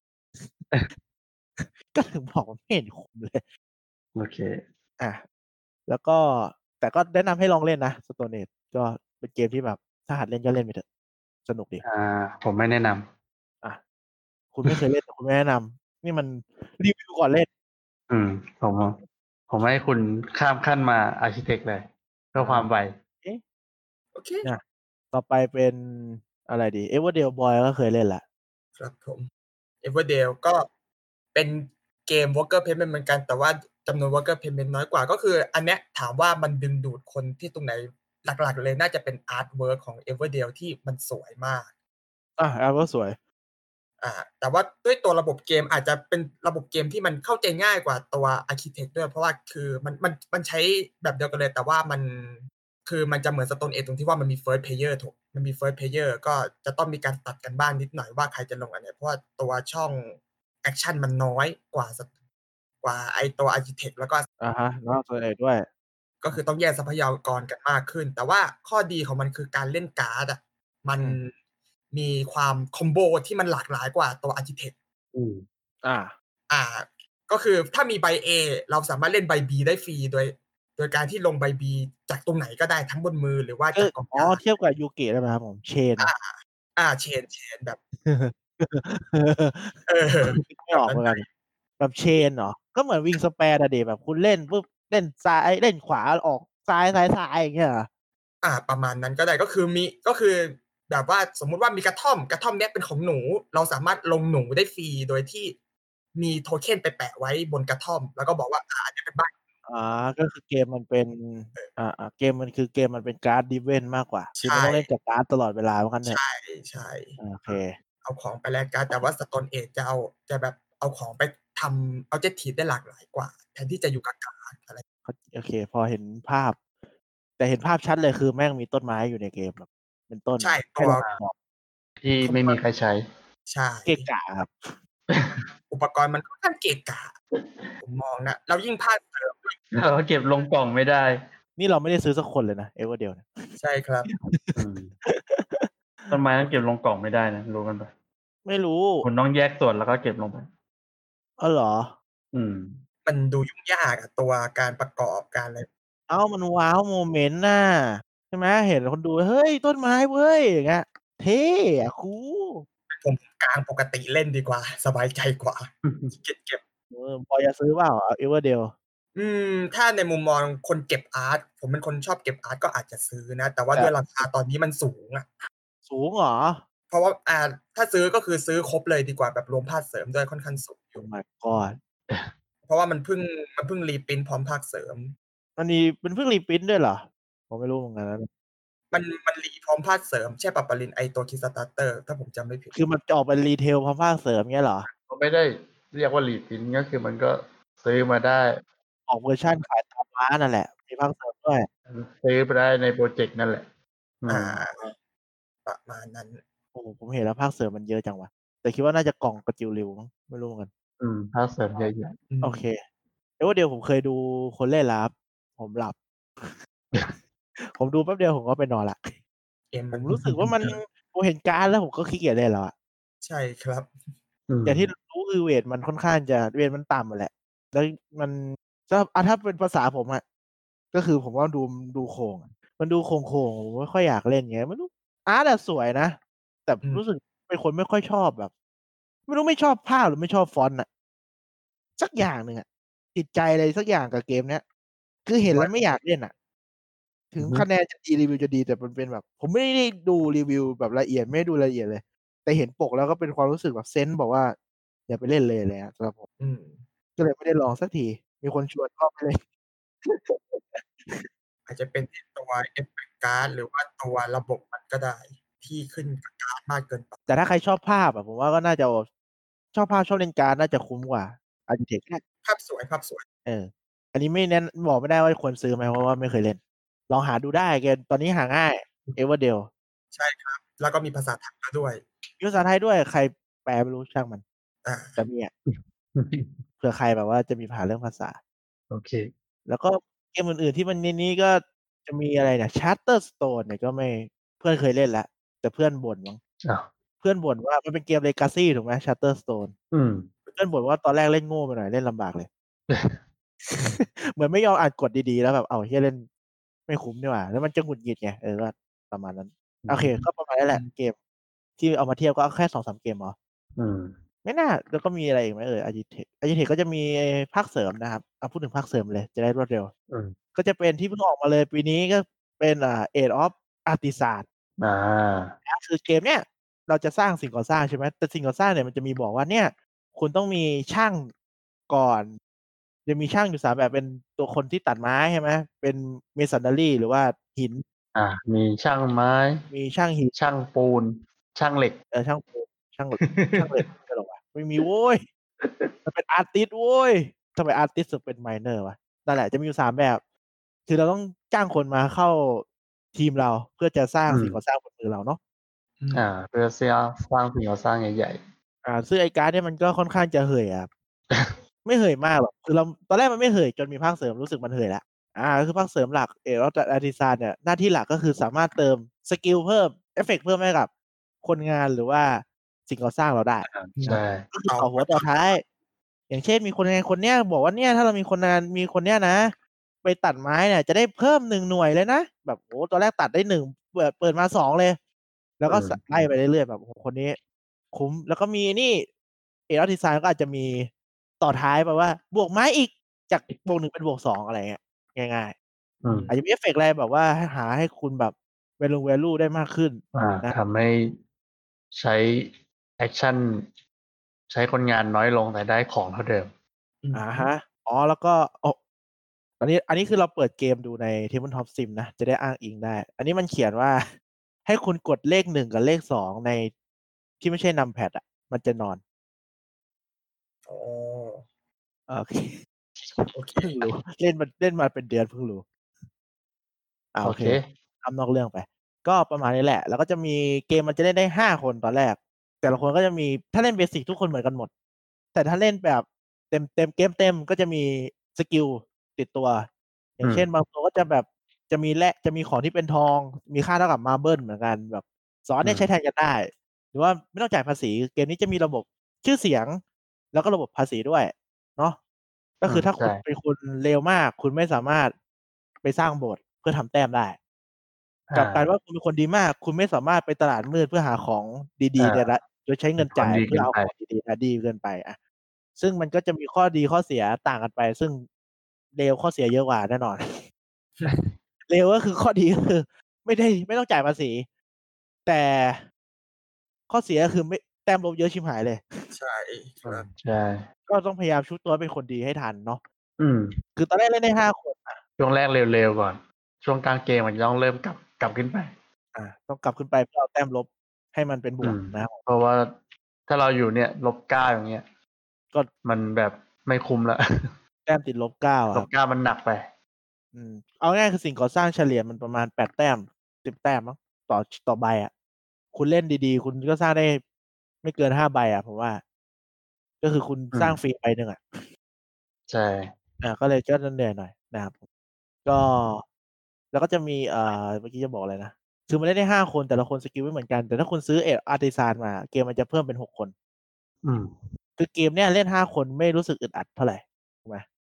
ก็ถึงบอกว่าไม่เห็นคุ้มเลยโอเคอา แล้วก็ แต่ก็แนะนำให้ลองเล่นนะ Stone Age ก็เป็นเกมที่แบบถ้าหัดเล่นก็เล่นไปเถอะ สนุกดีอา ผมไม่แนะนำอา คุณไม่เคยเล่น แต่คุณไม่แนะนำ นี่มันรีวิวก่อนเล่นอืม ผม ผมให้คุณข้ามขั้นมา Architect เลย เพื่อความไวเอ๊ะโอเคอา ต่อไปเป็นอะไรดี Everdell Boy ก็เคยเล่นแล้วครับผม Everdell ก็เป็นเกม Worker Placement เหมือนกัน แต่ว่าจำนวน Worker Placement น้อยกว่า ก็คืออันเนี้ยถามว่ามันดึงดูดคนที่ตรงไหน หลัก ๆ เลยน่าจะเป็น Artwork ของ Everdell ที่มันสวยมากอา Artwork สวยอา แต่ว่าด้วยตัวระบบเกมอาจจะเป็นระบบเกมที่มันเข้าใจง่ายกว่าตัว Architect ด้วย เพราะว่าคือมัน มัน มันใช้แบบเดียวกันเลย แต่ว่ามัน คือมันจะเหมือน Stone Age ตรงที่ว่ามันมี First Player ถูก มันมี First Player ก็จะต้องมีการตัดกันบ้างนิดหน่อยว่าใครจะลงอันไหน เพราะว่าตัวช่องแอกชันมันน้อยกว่า ส กว่าไอ้ตัว Architect แล้วก็อะฮะ แล้วก็ Stone Age ด้วยก็คือต้องแยกทรัพยากรกันมากขึ้น แต่ว่าข้อดีของมันคือการเล่นการ์ดอะ มันอืมมีความคอมโบที่มันหลากหลายกว่าตัว Architect อืมอาอา ก็คือถ้ามีใบ A เราสามารถเล่นใบ B ได้ฟรี โดย โดยการที่ลงใบ B จากตรงไหนก็ได้ทั้งบนมือหรือว่าคืจากอกองอ๋อการ์ดเทียบกับ Yu-Gi ได้ไหมครับผม? Chain อา อา Chain Chain แบบ เออนึกไม่ออกเหมือนกัน แบบ Chain เหรอ? ก็เหมือน Wingspan อะสิ แบบคุณเล่นปุ๊บ เล่นซ้าย เล่นขวา ออกซ้าย ซ้าย ๆ อย่างเงี้ยเหรอ? อา ประมาณนั้นก็ได้ ก็คือมี ก็คือแบบว่าสมมุติว่ามีกระท่อม กระท่อมเนี้ยเป็นของหนู เราสามารถลงหนูได้ฟรี โดยที่มีโทเค็นไปแปะไว้บนกระท่อม แล้วก็บอกว่า อา อันนี้เป็นบ้านอ๋อ ก็คือเกมมันเป็นเอออา ๆ เกมมันคือ เกมมันเป็น Card Driven มากกว่าใคชือมันต้องเล่นกั่บการ์ดตลอดเวลาว่างั้นเถใอะช่อา โอเคๆ เอาของไปแลกการ์ด แต่ว่า Stone Age จะเอา จะแบบเอาของไปทำ Objective ได้หลากหลายกว่า แทนที่จะอยู่กับการ์ด อะไรโอ โอเค พอเห็นภาพ แต่เห็นภาพชัดเลย คือแม่งมีต้นไม้อยู่ในเกมแบบเป็นต้นใช่ใตห้ัวเราปอกที่ไม่มีใครใช้ใช่เกะกะครับอุปกรณ์มันค่อนข้างเกะกะ ผมมองนะ แล้วยิ่งภาคเสริมด้วยเออ เก็บลงกล่องไม่ได้นี่เราไม่ได้ซื้อสักคนเลยนะ Everdell เนี่ยใช่ครับอืม ต้นไม้ต้องเก็บลงกล่องไม่ได้นะ รู้กันเปล่า? ไม่รู้คุณต้องแยกส่วนแล้วก็เก็บลงไปอ้าวเหรอ? อืมมันดูยุ่งยากอะ ตัวการประกอบการอะไรอ้าว มันว้าวโมเมนต์น่ะ ใช่ไหม เห็นคนดู เฮ้ย ต้นไม้เว้ย อย่างเงี้ย เท่อะ คูลผมกางปกติเล่นดีกว่า สบายใจกว่า ขี้เกียจเก็บเออ พอจะซื้อเปล่า อา Everdell? อืม ถ้าในมุมมองคนเก็บอาร์ต ผมเป็นคนชอบเก็บอาร์ต ก็อาจจะซื้อนะ แต่ว่าแต่ด้วยราคาตอนนี้มันสูงอะสูงเหรอ? เพราะว่า อ่า ถ้าซื้อก็คือซื้อครบเลยดีกว่า แบบรวมภาคเสริมด้วยค่อนข้างสูงอยู Oh ่ my god เพราะว่ามันเพิ่ง มันเพิ่ง reprint พร้อมภาคเสริมมันมี มันเพิ่ง reprint ด้วยเหรอ? ผมไม่รู้เหมือนกันนะเนี่ยมัน มัน re พร้อมภาคเสริม ใช่เปล่า ปริณ ไอ้ตัว Kickstarter ถ้าผมจำไม่ผิดคือมันจะออกเป็น retail พร้อมภาคเสริม เงี้ยเหรอ? ก็ไม่ได้เรียกว่า reprint ก็คือมันก็ซื้อมาได้ออกเวอร์ชันขายตามร้านนั่นแหละ มีภาคเสริมด้วยอือ ซื้อไปได้ในพรอเจกต์นั่นแหละ อือามประมาณนั้นโอ้โฮ ผมเห็นแล้วภาคเสริมมันเยอะจังวะ แต่คิดว่าน่าจะกล่องกระจิ๋วหริวมั้ง ไม่รู้เหมือนกันอืม ภาคเสริมเยอะอยู่อืมโอเค Everdell ผมเคยดูคนเล่นแล้วครับ ผมหลับ ผมดูแป๊บเดียวผมก็ไปนอนแล้วเกมผมันมรู้สึกว่ามัน ผมเห็นการ์ดแล้วผมก็ขี้เกียจเล่นแล้วอะใช่ครับอืมอย่างที่รู้คือเวตมันค่อนข้างจะ เวตมันต่ำอะแหละ แล้วมัน ถ้า อา ถ้าเป็นภาษาผมอะก็คือผมว่าดูดูโครงอะมันดูโครงๆผมไม่ค่อยอยากเล่นไงไม่รู้อาร์ตอะสวยนะ แต่อืมรู้สึกเป็นคนไม่ค่อยชอบแบบ ไม่รู้ไม่ชอบภาพหรือไม่ชอบฟอนต์อะสักอย่างหนึ่งอะติดใจอะไรสักอย่างกับเกมเนี้ย คือเห็นแล้วไม่อยากเล่นอะถึอืงอฮึคะแนนจะดีรีวิวจะดีแต่มันเป็นแบบ ผมไม่ได้ดูรีวิวแบบละเอียดไม่ได้ดูรายละเอียดเลย แต่เห็นปกแล้วก็เป็นความรู้สึกแบบเซนส์บอกว่าอย่าไปเล่นเลยอะไรเงี้ยสำหรับผมอืมก็เลยไม่ได้ลองสักที มีคนชวนก็ไม่เล่นอาจจะเป็นที่ตัว Effect Card หรือว่าตัวระบบมันก็ได้ ที่ขึ้นกับการ์ดมากเกินไปแต่ถ้าใครชอบภาพอะผมว่าก็น่าจะ ชอบภาพชอบเล่นการ์ดน่าจะคุ้มกว่า Architect ก็ได้ภาพสวยภาพสวยเออ อันนี้ไม่แนะบอกไม่ได้ว่าควรซื้อไหมเพราะว่าไม่เคยเล่น ลองหาดูได้เกมตอนนี้หาง่าย Everdell ใช่ครับ แล้วก็มีภาษาไทยแล้วด้วยมีภาษาไทยด้วยใครแปลไม่รู้ช่างมันอาแต่มีอะ เผื่อใครแบบว่าจะมีปัญหาเรื่องภาษาโอเคแล้วก็เกมอื่น ๆ ที่มันในนี้ก็จะมีอะไรเนี่ย Charterstone เนี่ยก็ไม่ เพื่อนเคยเล่นแล้ว แต่เพื่อนบ่นมั้งอ้าวเพื่อนบ่นว่ามันเป็นเกม Legacy ถูกไหม Charterstone อืมเพื่อนบ่นว่าตอนแรกเล่นโง่ไปหน่อยเล่นลำบากเลย เหมือนไม่ยอมอ่านกฎดี ๆ แล้วแบบอ้าวเหี้ยเล่นไม่คุ้มนี่หว่า แล้วมันจะหงุดหงิดไง เออ ก็ประมาณนั้น โอเค ก็ประมาณนั้นแหละเกม ที่เอามาเทียบก็แค่ สองสาม เกมเหรอ? อืมไม่น่า แล้วก็มีอะไรอีกไหมเอ่ย Architect Architect ก็จะมีภาคเสริมนะครับ อา พูดถึงภาคเสริมเลยจะได้รวดเร็วอืมก็จะเป็นที่เพิ่งออกมาเลยปีนี้ก็เป็น อ่า Age of Artisan อาก็คือเกมเนี้ยเราจะสร้างสิ่งก่อสร้างใช่ไหม แต่สิ่งก่อสร้างเนี่ยมันจะมีบอกว่าเนี่ยคุณต้องมีช่างก่อน จะมีช่างอยู่ สาม แบบเป็นตัวคนที่ตัดไม้ใช่ไหม เป็น Masonry หรือว่าหินอา มีช่างไม้มีช่างหินช่างปูน ช่างเหล็กเออ ช่างปูน ช่าง ช่างเหล็กไม่ใช่เหรอวะ ไม่มีโว้ย มันเป็น Artist โว้ย ทำไม Artist ถึงเป็น Miner วะ นั่นแหละจะมีอยู่ สาม แบบ คือเราต้องจ้างคนมาเข้าทีมเรา เพื่อจะสร้างอืมสิ่งก่อสร้างบนมือเราเนาะอืมอา เพื่อเสี้ย สร้างสิ่งก่อสร้างใหญ่ ๆอ่า ซึ่งไอ้การ์ดเนี่ยมันก็ค่อนข้างจะเห่ยอะครับ ไม่เห่ยมากหรอก คือเรา ตอนแรกมันไม่เห่ยจนมีภาคเสริมรู้สึกมันเห่ยแล้ว อา ก็คือภาคเสริมหลัก Age of Artisan เนี่ยหน้าที่หลักก็คือสามารถเติมสกิลเพิ่ม เอฟเฟกต์เพิ่มให้กับคนงานหรือว่าสิ่งก่อสร้างเราได้อาอืมใช่ก็คือต่อหัวต่อท้าย อย่างเช่น มีคนงานคนเนี้ยบอกว่าเนี่ยถ้าเรามีคนงาน มีคนเนี้ยนะ ไปตัดไม้เนี่ยจะได้เพิ่ม หนึ่ง หน่วยเลยนะ แบบ โอ้โฮ ตอนแรกตัดได้ หนึ่ง เปิด เปิดมา สอง เลย แล้วก็อืมส ไล่ไปเรื่อย ๆ แบบ โอ้โฮ คนนี้คุ้ม แล้วก็มีไอ้นี่ Age of Artisan ก็อาจจะมีต่อท้ายแบบว่าบวกไม้อีก จาก บวกหนึ่ง เป็น บวกสอง อะไรอย่างเงี้ย ง่ายอืมๆ อาจจะมีเอฟเฟกต์อะไรแบบว่าให้หาให้คุณแบบ value value ได้มากขึ้นอานะทำให้ใช้แอกชัน ใช้คนงานน้อยลงแต่ได้ของเท่าเดิมอืออะฮึฮะ อ๋อ แล้วก็ โอ้ อันนี้ อันนี้คือเราเปิดเกมดูใน Tabletop Sim นะ จะได้อ้างอิงได้ อันนี้มันเขียนว่า ให้คุณกดเลข หนึ่ง กับเลข สอง ใน ที่ไม่ใช่ Numpad อะ มันจะนอนอ๋อโอเคโอเคเพิ่งรู้ เล่นมา เล่นมาเป็นเดือนเพิ่งรู้ อาโอโอเคเคข้ามนอกเรื่องไป ก็ประมาณนี้แหละ แล้วก็จะมีเกมมันจะเล่นได้ ห้า คนตอนแรก แต่ละคนก็จะมี ถ้าเล่นเบสิกทุกคนเหมือนกันหมด แต่ถ้าเล่นแบบเต็ม ๆ เกมเต็มก็จะมีสกิลติดตัว ออืย่างเช่นมบางตัวก็จะแบบ จะมีแร่ จะมีของที่เป็นทอง มีค่าเท่ากับ Marble เหมือนกัน แบบ สอง อันอืมเนี้ยใช้แทนกันได้ หรือว่าไม่ต้องจ่ายภาษี เกมนี้จะมีระบบชื่อเสียง แล้วก็ระบบภาษีด้วยเนาะ ก็อืมคือถ้าใคชุ่ณเป็นคนเลวมาก คุณไม่สามารถไปสร้างโบสถ์เพื่อทำแต้มได้อกลับกลายาว่าคุณเป็นคนดีมาก คุณไม่สามารถไปตลาดมืดเพื่อหาของดีอๆ ในารัฐ โดยใช้เปเ็งินจ่ายนคนดีเพืเ่กอินเอาไปของดี ๆ อา ดีเกินไป อา ซึ่งมันก็จะมีข้อดีข้อเสียต่างกันไป ซึ่งเลวข้อเสียเยอะกว่าแน่นอน เลวก็คือ ข้อดีก็คือ ไม่ได้ ไม่ต้องจ่ายภาษี แต่ข้อเสียก็คือไม่ แต้มลบเยอะชิบหายเลยใช่คอืมรับใช่ก็ต้องพยายามชุบตัวให้เป็นคนดีให้ทันเนาะอืมคือตอนแรกเล่นได้ ห้า คน อะช่วงแรกเร็ว ๆ ก่อน ช่วงกลางเกมมันจะต้องเริ่มกลับ กลับขึ้นไปอา ต้องกลับขึ้นไปเพื่อเอาแต้มลบให้มันเป็นบอืมวกนะครับผมเพราะว่าถ้าเราอยู่เนี่ย ลบเก้า อย่างเงี้ยก็มันแบบไม่คุ้มแล้วแต้มติด ลบเก้า อะลบครับเก้า มันหนักไปอืม เอาง่าย ๆ คือสิ่งก่อสร้างเฉลี่ยมันประมาณ แปด แต้ม สิบ แต้มมั้ง ต่อ ช ต่อใบอะ คุณเล่นดี ๆ คุณก็สร้างได้ไม่เกิน ห้า ใบอะผมว่า ก็คือคุณอืมสร้างฟรีใบหนึ่งอะใช่อา ก็เลย ก็จะเหนื่อยหน่อยนะครับผม ก็ แล้วก็จะมี อ่า เมื่อกี้จะบอกอะไรนะ คือมันเล่นได้ ห้า คน แต่ละคนสกิลไม่เหมือนกัน แต่ถ้าคุณซื้อ Age of Artisan มา เกมมันจะเพิ่มเป็น หก คนอืมคือเกมเนี้ยเล่น ห้า คนไม่รู้สึกอึดอัดเท่าไร ถูกไหม?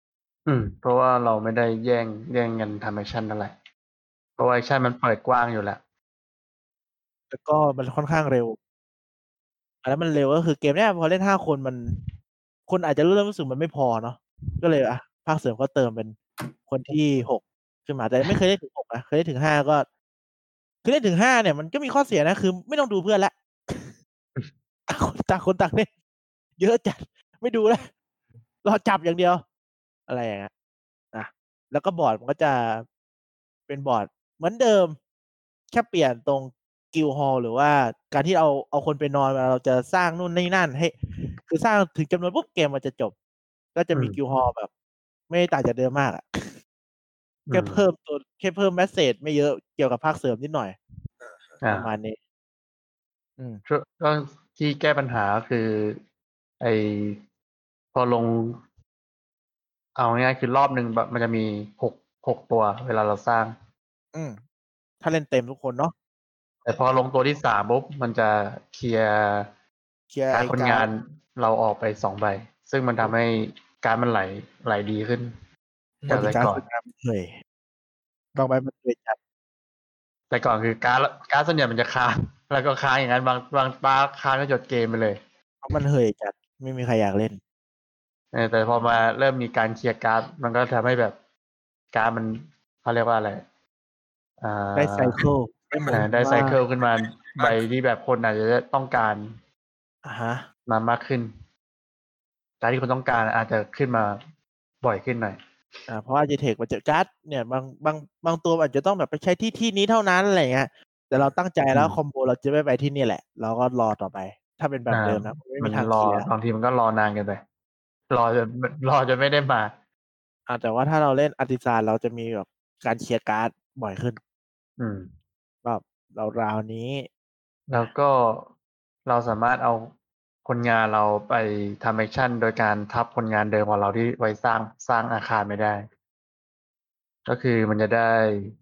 อืมเพราะว่าเราไม่ได้แย่งแย่งกันทำแอคชั่นเท่าไหร่เพราะว่าแอคชั่นมันเปิดกว้างอยู่แล้วแล้วก็มันค่อนข้างเร็วแล้วมันเร็วก็คือเกมเนี้ยพอเล่นห้าคนมันคนอาจจะเริ่มรู้สึกมันไม่พอเนาะก็เลยอ่ะภาคเสริมก็เติมเป็นคนที่หกขึ้นมาแต่ไม่เคยเล่นถึงหกนะเคยเล่นถึงห้าก็คือเล่นถึงห้าเนี่ยมันก็มีข้อเสียนะคือไม่ต้องดูเพื่อนละต่างคนต่างเล่นเยอะจัดไม่ดูแล้วรอจับอย่างเดียวอะไรอย่างเงี้ยนะแล้วก็บอร์ดมันก็จะเป็นบอร์ดเหมือนเดิมแค่เปลี่ยนตรงกิลฮอลหรือว่าการที่เอาเอาคนไปนอนเราจะสร้างนู่นนี่นั่นให้คือสร้างถึงจำนวนปุ๊บเกมมันจะจบก็จะมีกิลฮอลแบบ ไม่ต่างจากเดิมมากอ่ะแค่เพิ่มตัวแค่เพิ่มแมสเสจไม่เยอะเกี่ยวกับภาคเสริมนิดหน่อยประมาณนี้อืมก็ที่แก้ปัญหาคือไอพอลงเอาง่ายๆคือรอบหนึ่งแบบมันจะมีหกหกตัวเวลาเราสร้างอืมถ้าเล่นเต็มทุกคนเนาะแต่พอลงตัวที่สามปุ๊บมันจะเคลียร์เคลียร์การไอ้การคนงานเราออกไปสองใบซึ่งมันทำให้การมันไหลไหลดีขึ้นปกจากติแต่การก่อคนนงานมันเหนื่อยบางใบมันเหนื่อยจัดแต่ก่อนคือการการส่วนใหญ่มันจะค้างแล้วก็ค้างอย่างนั้นบางบางปาค้างก็จดเกมไปเลยเพราะมันเหนื่อยจัดไม่มีใครอยากเล่นเออแต่พอมาเริ่มมีการเคลียร์การ์ดมันก็ทำให้แบบการ์ดมันเขาเรียกว่าอะไรอ่าได้ไซเคิลได้หมุนได้ไซว่าเคิลขึ้นมาใบที่แบบคนอาจจะต้องการอ่าฮะมามากขึ้นการที่คนต้องการอาจจะขึ้นมาบ่อยขึ้นหน่อยอ่าเพราะว่า Agitech มันจะการ์ดเนี่ยบางบางบางตัวอาจจะต้องแบบไปใช้ที่ที่นี้เท่านั้นอะไรเงี้ยแต่เราตั้งใจแล้วคอมโบเราจะไม่ไปที่นี่แหละเราก็รอต่อไป ถ้าเป็นแบบเดิมนะไม่มีทางเคลียร์บางทีมันก็รอนานเกินไปรอจนรอจนไม่ได้มาอ่าแต่ว่าถ้าเราเล่นอาร์ติซานเราจะมีแบบการเคลียร์การ์ดบ่อยขึ้นอืมแบบเราราวนี้แล้วก็เราสามารถเอาคนงานเราไปทำแอคชั่นโดยการทับคนงานเดิมของเราที่ไว้สร้างสร้างอาคารไม่ได้ ก็คือมันจะได้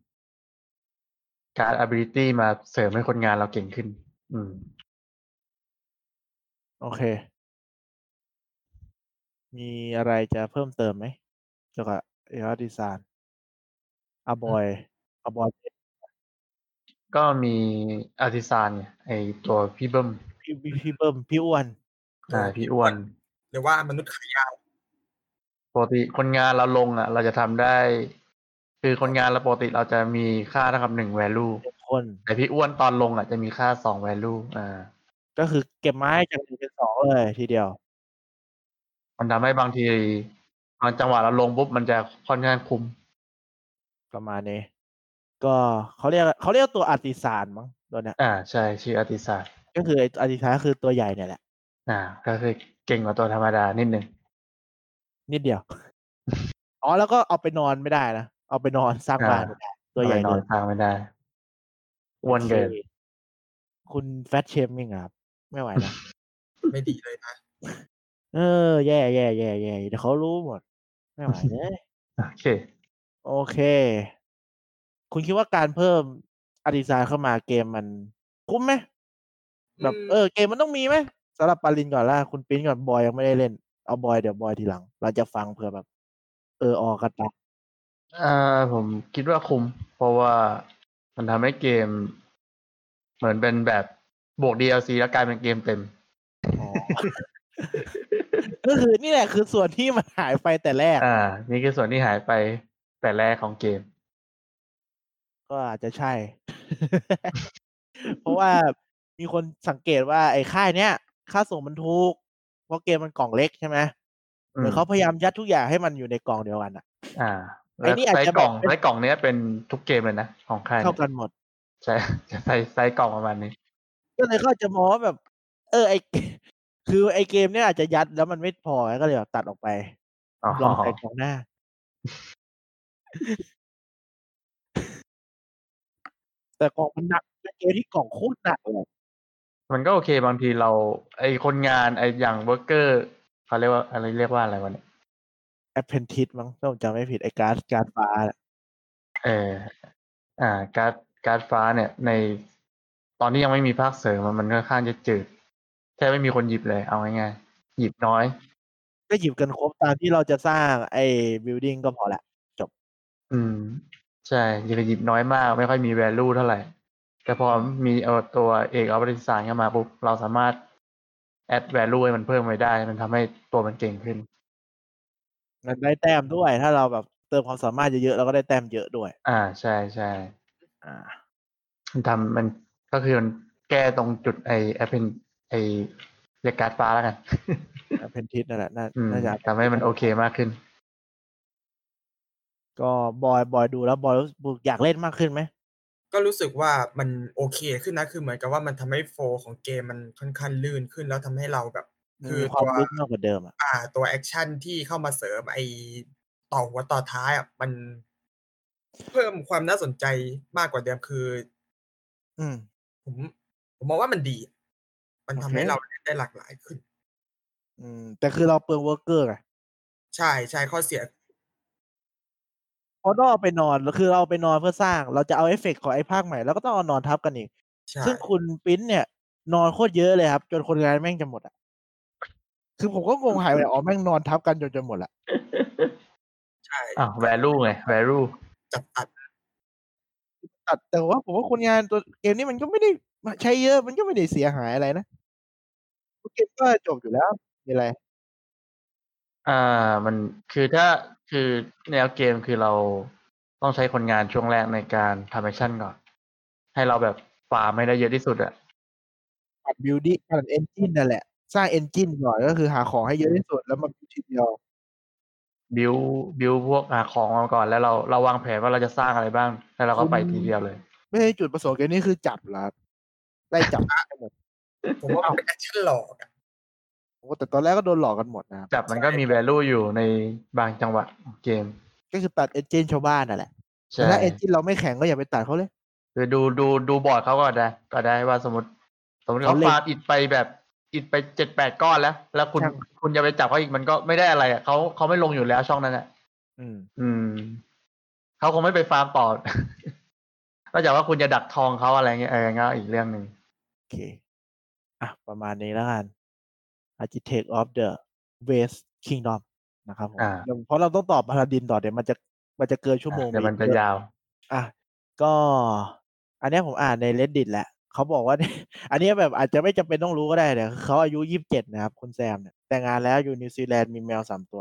การ ability มาเสริมให้คนงานเราเก่งขึ้น อืมโอเค มีอะไรจะเพิ่มเติมไหมเกี่ยวกับเออาร์ติซานอาบอยอาบอยก็มีอาร์ติซานเนี่ยไอตัวพี่เบิ้มพี่พี่เบิ้มพี่อ้วนอ่าพี่อ้วนหรือว่ามนุษย์ขายาวปกติคนงานเราลงอ่ะ เราจะทำได้ คือคนงานเราปกติเราจะมีค่าเท่ากับหนึ่ง value คนแต่พี่อ้วนตอนลงอ่ะจะมีค่าสอง value อ่าก็คือเก็บไม้จากหนึ่งเป็นสองเลยทีเดียวมันทำให้บางทีบางจังหวะเราลงปุ๊บมันจะค่อนข้างคุ้มประมาณนี้ ก็เขาเรียกเขาเรียกตัวอาร์ติซานมั้งตัวเนี้ยอ่าใช่ชื่ออาร์ติซานก็คือไออาร์ติซานคือตัวใหญ่เนี่ยแหละอ่า ก็คือเก่งกว่าตัวธรรมดานิดหนึ่งนิดเดียว อ๋อแล้วก็เอาไปนอนไม่ได้นะ เอาไปนอนสร้างบ้านไม่ได้ตัวใหญ่นอเกินนทางไม่ได้อ้วนเกินคุณแฟตเชมมิ่งครับ ไม่ไหวนะไม่ดีเลยนะเออ แย่แย่แย่แย่เดี๋ยวเขารู้หมด ไม่ไหวเลยโอเคโอเค คุณคิดว่าการเพิ่มอาร์ติซานเข้ามาเกมมันคุ้มไหมแบบเออเกมมันต้องมีไหมสำหรับปาลินก่อนละคุณปิ้นก่อนบอยยังไม่ได้เล่นเอาบอยเดี๋ยวบอยทีหลัง เราจะฟังเผื่อแบบ เออออกกันไปอ่าผมคิดว่าคุ้มเพราะว่ามันทำให้เกม เหมือนเป็นแบบบวก ดี แอล ซี แล้วกลายเป็นเกมเต็มอ๋อ ก็คือนี่แหละคือส่วนที่มันหายไปแต่แรกอ่า นี่คือส่วนที่หายไปแต่แรกของเกมก็อาจจะใช่ เพราะว่ามีคนสังเกตว่าไอ้ค่ายเนี้ยค่าส่งมันถูกเพราะเกมมันกล่องเล็กใช่ไหมเหมือนเขาพยายามยัดทุกอย่างให้มันอยู่ในกล่องเดียวกันอ่ะอ่าไอ้นี่อาจไซจะส์กล่องแบบไซส์กล่องเนี้ยเป็นทุกเกมเลยนะของค่ายเท่ากันหมดใช่จะไซส์ไซส์กล่องประมาณนี้ก็เลยเขาจะมองว่าแบบ เออไอ คือไอเกมเนี้ยอาจจะยัดแล้วมันไม่พอก็เลยแบบตัดออกไปอ๋อลองใส่กล่องหน้า แต่กล่องมันหนักเป็นเกมที่กล่องโคตรหนักเลยมันก็โอเคบางทีเรา ไอคนงานไออย่างเวิร์กเกอร์เขาเรียกว่าอะไรเรียกว่าอะไรวะเนี่ย Apprentice มั้งถ้าผมจำไม่ผิดไอ้การ์ดการ์ดฟ้าน่ะเออ อ่า การ์ดการ์ดฟ้าเนี่ย ในตอนที่ยังไม่มีภาคเสริมอะมันค่อนข้างจะจืดแทบไม่มีคนหยิบเลย เอาง่ายๆหยิบน้อยก็หยิบกันครบตามที่เราจะสร้างไอ้ building ก็พอละจบอืมใช่หยิบหยิบน้อยมากไม่ค่อยมี value เท่าไหร่แต่พอมีเอาตัวเอกเอาไปดีไซน์เข้ามาปุ๊บเราสามารถ add value ให้มันเพิ่มไปได้มันทำให้ตัวมันเก่งขึ้นมันได้แต้มด้วยถ้าเราแบบเติมความสามารถเยอะๆเราก็ได้แต้มเยอะด้วยอ่าใช่ใช่อ่ามันทำมันก็คือมันแก้ตรงจุดไอแอปเป็นไอเรียกการ์ดฟ้าแล้วกันเพนทิสนั่นแหละน่าอืมน่าจะทำให้มันโอเคมากขึ้นก็บอยบอยดูแล้วบอยรู้สึกอยากเล่นมากขึ้นไหมก็รู้สึกว่ามันโอเคขึ้นนะคือเหมือนกับว่ามันทำให้โฟลว์ของเกมมันค่อนข้างลื่นขึ้นแล้วทำให้เราแบบมันคือมีควาตัมวลึกมากกว่าเดิมอ่ะอ่าตัวแอกชันที่เข้ามาเสริมไอ้ต่อหัวต่อท้ายอ่ะมันเพิ่มความน่าสนใจมากกว่าเดิมคืออืมผมผมมองว่ามันดี มันโอทำเคให้เราเล่นได้หลากหลายขึ้นอืมแต่คือเราเปลืองเวิร์กเกอร์ไงใช่ใช่ข้อเสียเพราะต้องเอาไปนอนแล้วคือเราเอาไปนอนเพื่อสร้าง เราจะเอาเอฟเฟกต์ของไอ้ภาคใหม่แล้วก็ต้องเอานอนทับกันอีกใช่ซึ่งคุณปริ้นเนี่ย นอนโคตรเยอะเลยครับ จนคนงานแม่งจะหมดอ่ะ คือผมก็งงหายไปไหนอ๋อแม่งนอนทับกันจนจะหมดละใช่อ้าว value ไง value จัดตัดตัดแต่ว่าผมว่าคนงานตัวเกมนี้มันก็ไม่ได้ใช้เยอะมันก็ไม่ได้เสียหายอะไรนะเกมก็จบอยู่แล้วมีอะไรอ่ามันคือถ้าคือแนวเกมคือเราต้องใช้คนงานช่วงแรกในการทำแอคชั่นก่อนให้เราแบบฟาร์มให้ได้เยอะที่สุดอะตัด building ตัด engine นั่นแหละสร้าง engine ก่อนก็คือหาของให้เยอะที่สุดแล้วมา build ทีเดียวบิวบิวพวกหาของมาก่อนแล้วเราเราวางแผนว่าเราจะสร้างอะไรบ้างแล้วเราก็ไปทีเดียวเลยไม่ใช่จุดประสงค์เกมนี้คือจับเหรอไล่จับให้หมดผมว่ามันเป็นแอคชั่นหลอกอะโอ้แต่ตอนแรกก็โดนหลอกกันหมดนะครับจับมันก็มี value อยู่ในบางจังหวะของเกมก็คือตัด engine ชาวบ้านนั่นแหละแต่ใช่ถ้า engine เราไม่แข็งก็อย่าไปตัดเขาเลยคือดูดูดูบอร์ดเขาก่อนนะก็ได้ว่าสมมติสมมติเขาเขาเล็งฟาร์มอิฐไปแบบอิฐไปเจ็ดแปดก้อนแล้ว แล้วคุณช่างคุณจะไปจับเขาอีกมันก็ไม่ได้อะไรอ่ะเขาเขาไม่ลงอยู่แล้วช่องนั้นอ่ะอืมอืมเขาคงไม่ไปฟาร์มต่อ นอกจากว่าคุณจะดักทองเขาอะไรเงี้ยเอองั้นอีกเรื่องหนึ่งโอเคอ่ะประมาณนี้แล้วกัน Architect of the West Kingdom นะครับผมอ่าเพราะเราต้องตอบพาราดินต่อเดี๋ยวมันจะมันจะเกินชั่วโมงเดี๋ยวมันจะไปอีกยาวอ่ะก็อันเนี้ยผมอ่านใน Reddit แหละเขาบอกว่า อันเนี้ยแบบอาจจะไม่จำเป็นต้องรู้ก็ได้แต่เขาอายุยี่สิบเจ็ดนะครับคุณแซมเนี่ยแต่งงานแล้วอยู่นิวซีแลนด์มีแมวสามตัว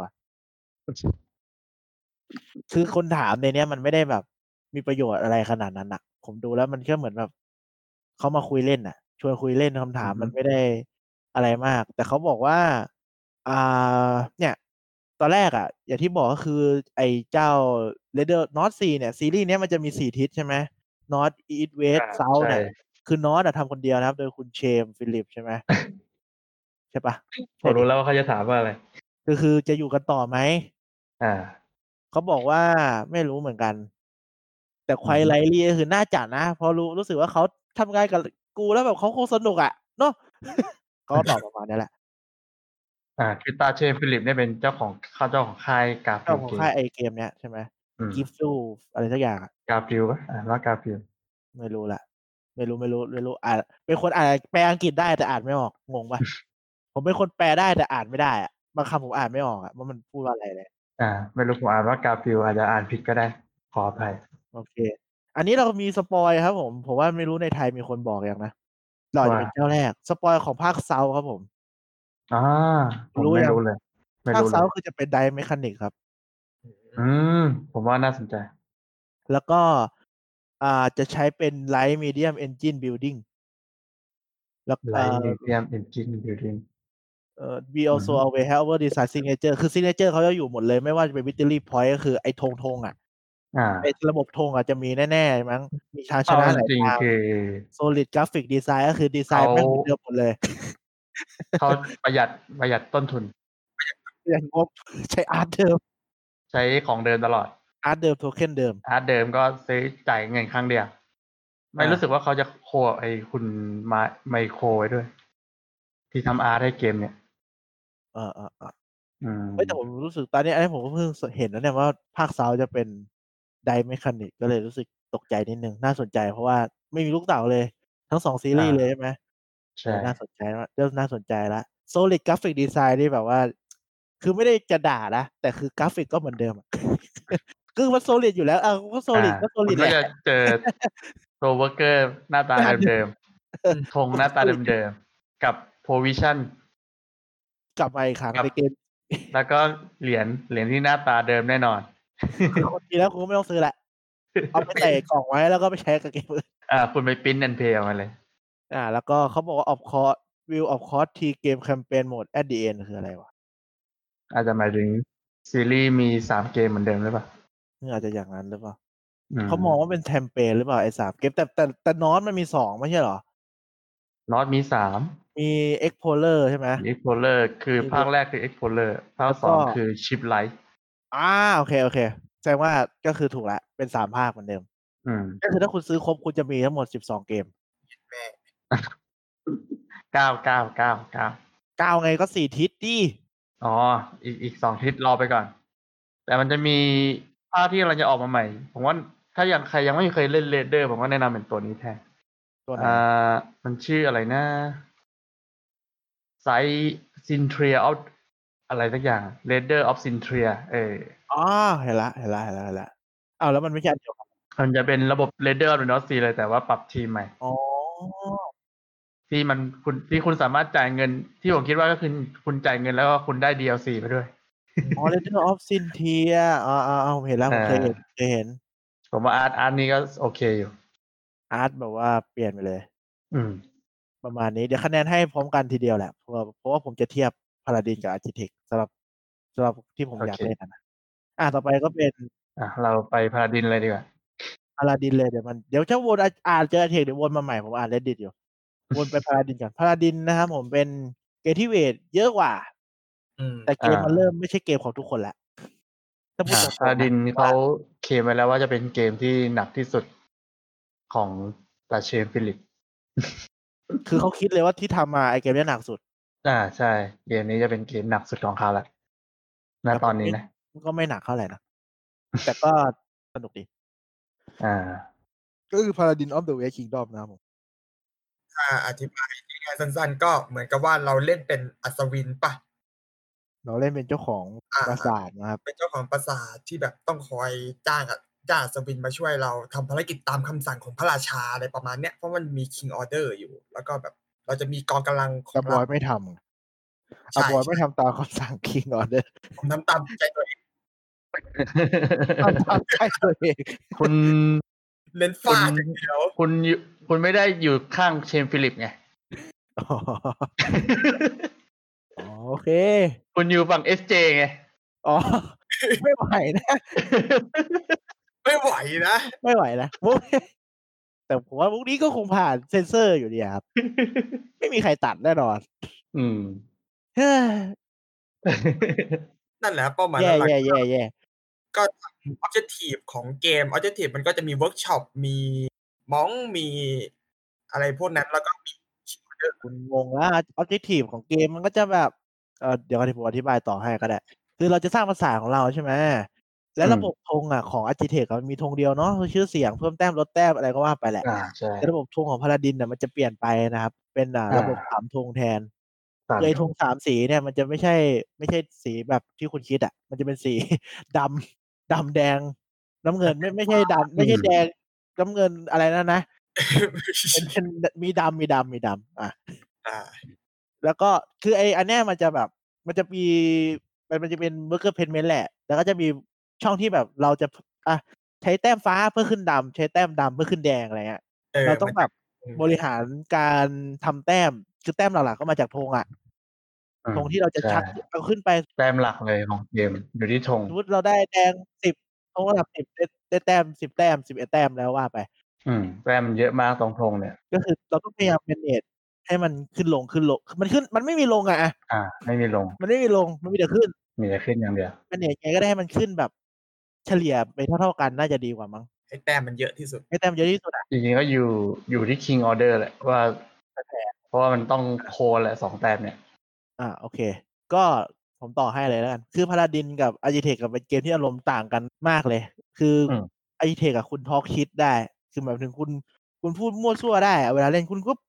คือคนถามในเนี้ยมันไม่ได้แบบมีประโยชน์อะไรขนาดนั้นอ่ะ ผมดูแล้วมันแค่เหมือนแบบเขามาคุยเล่นอ่ะ ชวนคุยเล่นคำถามอือฮึมันไม่ได้อะไรมาก แต่เขาบอกว่าอ่าเนี่ย ตอนแรกอ่ะ อย่างที่บอกก็คือไอ้เจ้า Red North Sea เนี่ยซีรีส์เนี้ยมันจะมีสี่ทิศใช่ไหม North East West อ่า South ใช่เนี่ย คือ North อะทำคนเดียวนะครับ โดยคุณเชมฟิลิปใช่ไหม ใช่ปะผใช่มดิรู้แล้วว่าเขาจะถามว่าอะไรคือคือจะอยู่กันต่อไหมอ่าเขาบอกว่าไม่รู้เหมือนกัน แต่อืควาอยฮึไลลี่ก็คือน่าจะนะเพราะรู้รู้สึกว่าเขาทำงานกับกูแล้วแบบเขาคงสนุกอ่ะเนาะ เขาก็ตอบประมาณนี้แหละอ่าคือตาเชนฟิลิปเนี่ยเป็นเจ้าของข้าเจ้าของค่ายกาฟิเจ้าลของเกค่ายมไอ้เกมเนี้ยใช่ไหมอืม Give You อะไรสักอย่างอะกาฟิลปะอ่านว่ากาฟิลไม่รู้แหละ ไม่รู้ไม่รู้ไม่รู้อ่านเป็นคนอ่านแปลอังกฤษได้แต่อ่านไม่ออกงงปะ ผมเป็นคนแปลได้แต่อ่านไม่ได้อะบางคำผมอ่านไม่ออกอะว่ามันพูดว่าอะไรเลยอ่า ไม่รู้ผมอ่านว่ากาฟิลอาจจะอ่านผิดก็ได้ ขออภัยโอเค อันนี้เรามีสปอยครับผมผมว่าไม่รู้ในไทยมีคนบอกยังนะเราอาจจะว่าเป็นเจ้าแรกสปอยของภาคเซาครับผมอ่าผมรู้ไม่ยังรู้เลย ไม่ภาครู้เลเซาย คือจะเป็นไดเมคานิกครับอืม ผมว่าน่าสนใจแล้วก็อ่าจะใช้เป็น Light Medium Engine Building แล้วเอ่ Light อ Medium Engine Building เอ่อ we อือ also ฮึ always have our design signature คือ signature เขาจะอยู่หมดเลยไม่ว่าจะเป็น victory point ก็คือไอ้ธงธงอ่ะอ่าไอ้ระบบธงอ่ะจะมีแน่ๆมั้งมีทางชเอานะจหลายริงทางๆ คือ solid graphic design ก็คือดีไซเขาน์แม่งเหมือนเดิมหมดเลยเขาประหยัดประหยัดต้นทุนอย่างงบใช้อาร์ตเดิมใช้ของเดิมตลอดอาร์ตเดิมโทเค็นเดิมอาร์ตเดิมก็ซื้อจ่ายเงินครั้งเดียว ไม่อ่ารู้สึกว่าเขาจะโคไอ้คุณมาไมโครไว้ด้วย ที่ทำอาร์ตให้เกมเนี่ยเออเออเอออืมเฮ้ยแต่ผมรู้สึกตอนนี้อันนี้ผมก็เพิ่งเห็นแล้วเนี่ยว่าภาคเซาจะเป็นไดเมคานิกก็เลยรู้สึกตกใจนิดนึงน่าสนใจเพราะว่าไม่มีลูกเต่าเลย ทั้งสองซีรีส์อ่าเลยใช่ไหมใช่เออน่าสนใจมากเริ่มน่าสนใจละ Solid Graphic Design นี่แบบว่าคือไม่ได้จะด่านะแต่คือกราฟิกก็เหมือนเดิม คือมันโซลิดอยู่แล้วเออก็โซลิดก็โซลิดแหแหละละก็จะเจอโปรเวอร์เกอร์หน้าตาเดิมๆธงหน้าตาเดิมๆกับโพวิชั่นกลับมาอีกครั้งในเกมแล้วก็เหรียญเหรียญที่หน้าตาเดิมแน่นอนคนทีแล้วกูไม่ต้องซื้อละเอาไปใส่กล่องไว้แล้วก็ไปใช้กับเกมอื่นอ่าคุณไปปริ้นท์แอนด์เพย์ออกมาเลยอ่า แล้วก็เขาบอกว่า of course will of course T game campaign mode at the end คืออะไรวะอาจจะหมายถึงซีรีส์มีสามเกมเหมือนเดิมหรือเปล่านี่อาจจะอย่างนั้นหรือเปล่าอืมเขามองว่าเป็นแคมเปญหรือเปล่าไอ้สามเกมแต่แต่แต่นอตมันมีสองไม่ใช่เหรอนอตมีสามมี Explorer ใช่ไหมมี Explorer คือภาคแรกคือ Explorer ภาคแล้วก็สองคือ Ship Light อ่าโอเคโอเคแสดงว่าก็คือถูกละเป็นสามภาคเหมือนเดิมอืมก็คือถ้าคุณซื้อครบคุณจะมีทั้งหมดสิบสองเกมเก้าเก้าเก้าเก้าเก้าไงก็สี่ทิศดิอ๋อ อีกอีกสองทิศรอไปก่อน แต่มันจะมีภาคที่เราจะออกมาใหม่ ผมว่าถ้ายังใครยังไม่เคยเล่นเรเดอร์ผมก็แนะนำเป็นตัวนี้แทนตัวไหนอ่ามันชื่ออะไรนะไซซินเทรียออฟอะไรสักอย่าง Raider of Sintria เอออ๋อเห็นละเห็นละเห็นละเห็นละอ้าวแล้วมันไม่ใช่อันเดียวกันมันจะเป็นระบบ Raider of the North Sea เลยแต่ว่าปรับทีมใหม่อ๋อที่มันคุณที่คุณสามารถจ่ายเงินที่ผมคิดว่าก็คือคุณจ่ายเงินแล้วก็คุณได้ ดี แอล ซี ไปด้วยอ๋อ Legend of Cynthia อ๋ออ๋อผมเห็นแล้วผมเคยเห็นเคยเห็นผมว่าอาร์ตอาร์ตนี้ก็โอเคอยู่อาร์ตแบบว่าเปลี่ยนไปเลยอืมประมาณนี้เดี๋ยวคะแนนให้พร้อมกันทีเดียวแหละเพราะว่าเพราะว่าผมจะเทียบพาราดินกับอาร์จิเทคสำหรับสำหรับที่ผมโอเคอยากเล่นนะอ่ะต่อไปก็เป็นอ่ะเราไปพาราดินเลยดีกว่าพาราดินเลยเดี๋ยวมันเดี๋ยวจะวนอ่ะอ่านเจออาร์จิเทคเดี๋ยววนมาใหม่ผมอ่านเลดดิตอยู่ วนไปพาราดินก่อนพาราดินนะครับผมเป็นเกมที่เวทเยอะกว่าอืมแต่เกมอ่ามัมันเริ่มไม่ใช่เกมของทุกคนละถ้าพูดอ่ะตรงๆพาราดินนะเขาเคลมไว้แล้วว่าจะเป็นเกมที่หนักที่สุดของตาเชนฟิลิปคือเขาคิดเลยว่าที่ทำมาไอเกมเนี้ยหนักสุดอ่าใช่ เกมนี้จะเป็นเกมหนักสุดของเขาละณแต่ตอนนี้นะมันก็ไม่หนักเท่าไหร่นะ แต่ก็สนุกดีอ่าก็คือ Paladin of the West Kingdom นะครับผมถ้าอธิบายง่ายๆสั้นๆ ก็เหมือนกับว่าเราเล่นเป็นอัศวินปะเราเล่นเป็นเจ้าของอ่าปราสาทนะครับเป็นเจ้าของปราสาทที่แบบต้องคอยจ้างอะจ้างอัศวินมาช่วยเราทำภารกิจตามคำสั่งของพระราชาอะไรประมาณเนี้ยเพราะมันมี King Order อยู่ แล้วก็แบบเราจะมีกองกำลังขแต่องบอยเราไม่ทำอะอ่ะใช่บอยไม่ทำตามคำสั่ง King Order ผมทำตามใจตัวเองทำตามใจตัวเองคุณเน้นคุฟาณดอย่างเดียวคุณอยู่คุณไม่ได้อยู่ข้างเชนฟิลิปไงอ๋ออ๋อโอเคคุณอยู่ฝั่ง เอส เจ ไงอ๋อ ไม่ไหวนะไม่ไหวนะไม่ไหวนะมุกแต่ผมว่ามุกนี้ก็คงผ่านเซนเซอร์อยู่ดีครับ ไม่มีใครตัดแน่นอนอืมเฮ้ยนั่นแหละเป้าหมายแย่หลักแย่ๆแย่แย่ก็ objective ของเกม objective มันก็จะมี workshop มีม้องมีอะไรพวกนั้นแล้วก็มี King Order คุณงงแล้ว objective ของเกมมันก็จะแบบเออเดี๋ยวผมอธิบายต่อให้ก็ได้ คือเราจะสร้างภาษาของเราใช่ไหมและอืมระบบธงอ่ะของ Architect อะมันมีธงเดียวเนาะคือชื่อเสียงเพิ่มแต้มลดแต้มอะไรก็ว่าไปแหละอ่าใช่แต่ระบบธงของพาราดินน่ะมันจะเปลี่ยนไปนะครับ เป็นอ่าอ่าระบบสามธงแทนสามคือไอ้ธงสามสีเนี่ยมันจะไม่ใช่ ไม่ใช่สีแบบที่คุณคิดอ่ะ มันจะเป็นสี ดำดำแดง น้ำเงินไม่ไม่ใช่ดำไม่ใช่แดงน้ำเงินอะไรนั่นนะ เป็นเป็นมีดำมีดำมีดำอ่ะอ่าแล้วก็คือไออันเนี้ยมันจะแบบ มันจะมีมันมันจะเป็น worker placement แหละ แล้วก็จะมีช่องที่แบบเราจะอ่ะใช้แต้มฟ้าเพื่อขึ้นดำใช้แต้มดำเพื่อขึ้นแดงอะไรเงี้ยเออเราต้องมันแบบอืมบริหารการทำแต้มคือแต้มหลักๆก็มาจากธงอ่ะอืมธงที่เราจะใช่ชักเอาขึ้นไปแต้มหลักเลยของเกมอยู่ที่ธงสมมติเราได้แดงสิบธงระดับสิบได้ได้แต้มสิบแต้มสิบเอ็ดแต้มแล้วว่าไปอืมแต้มมันเยอะมากตรงธงเนี่ยก็คือเราต้องพยายาม manage ให้มันขึ้นลงขึ้นลงมันขึ้นมันไม่มีลงอะอะอ่า ไม่มีลงมันไม่มีลงมันมีแต่ขึ้นมีแต่ขึ้นอย่างเดียว manage ไงก็ได้ให้มันขึ้นแบบเฉลี่ยไปเท่าๆกันน่าจะดีกว่ามั้งให้แต้มมันเยอะที่สุดให้แต้มเยอะที่สุดอะจริงๆก็อยู่อยู่ที่ King Order แหละว่าแท้เพราะว่ามันต้องโคแหละสองแต้มเนี่ยอ่าโอเค ก็ผมต่อให้เลยแล้วกัน คือพาราดินกับอาร์จิเทคกับเป็นเกมที่อารมณ์ต่างกันมากเลย คืออืมอาร์จิเทคกับคุณทอล์กคิดได้ คือหมายถึงคุณคุณพูดมั่วซั่วได้อะเวลาเล่นคุณก็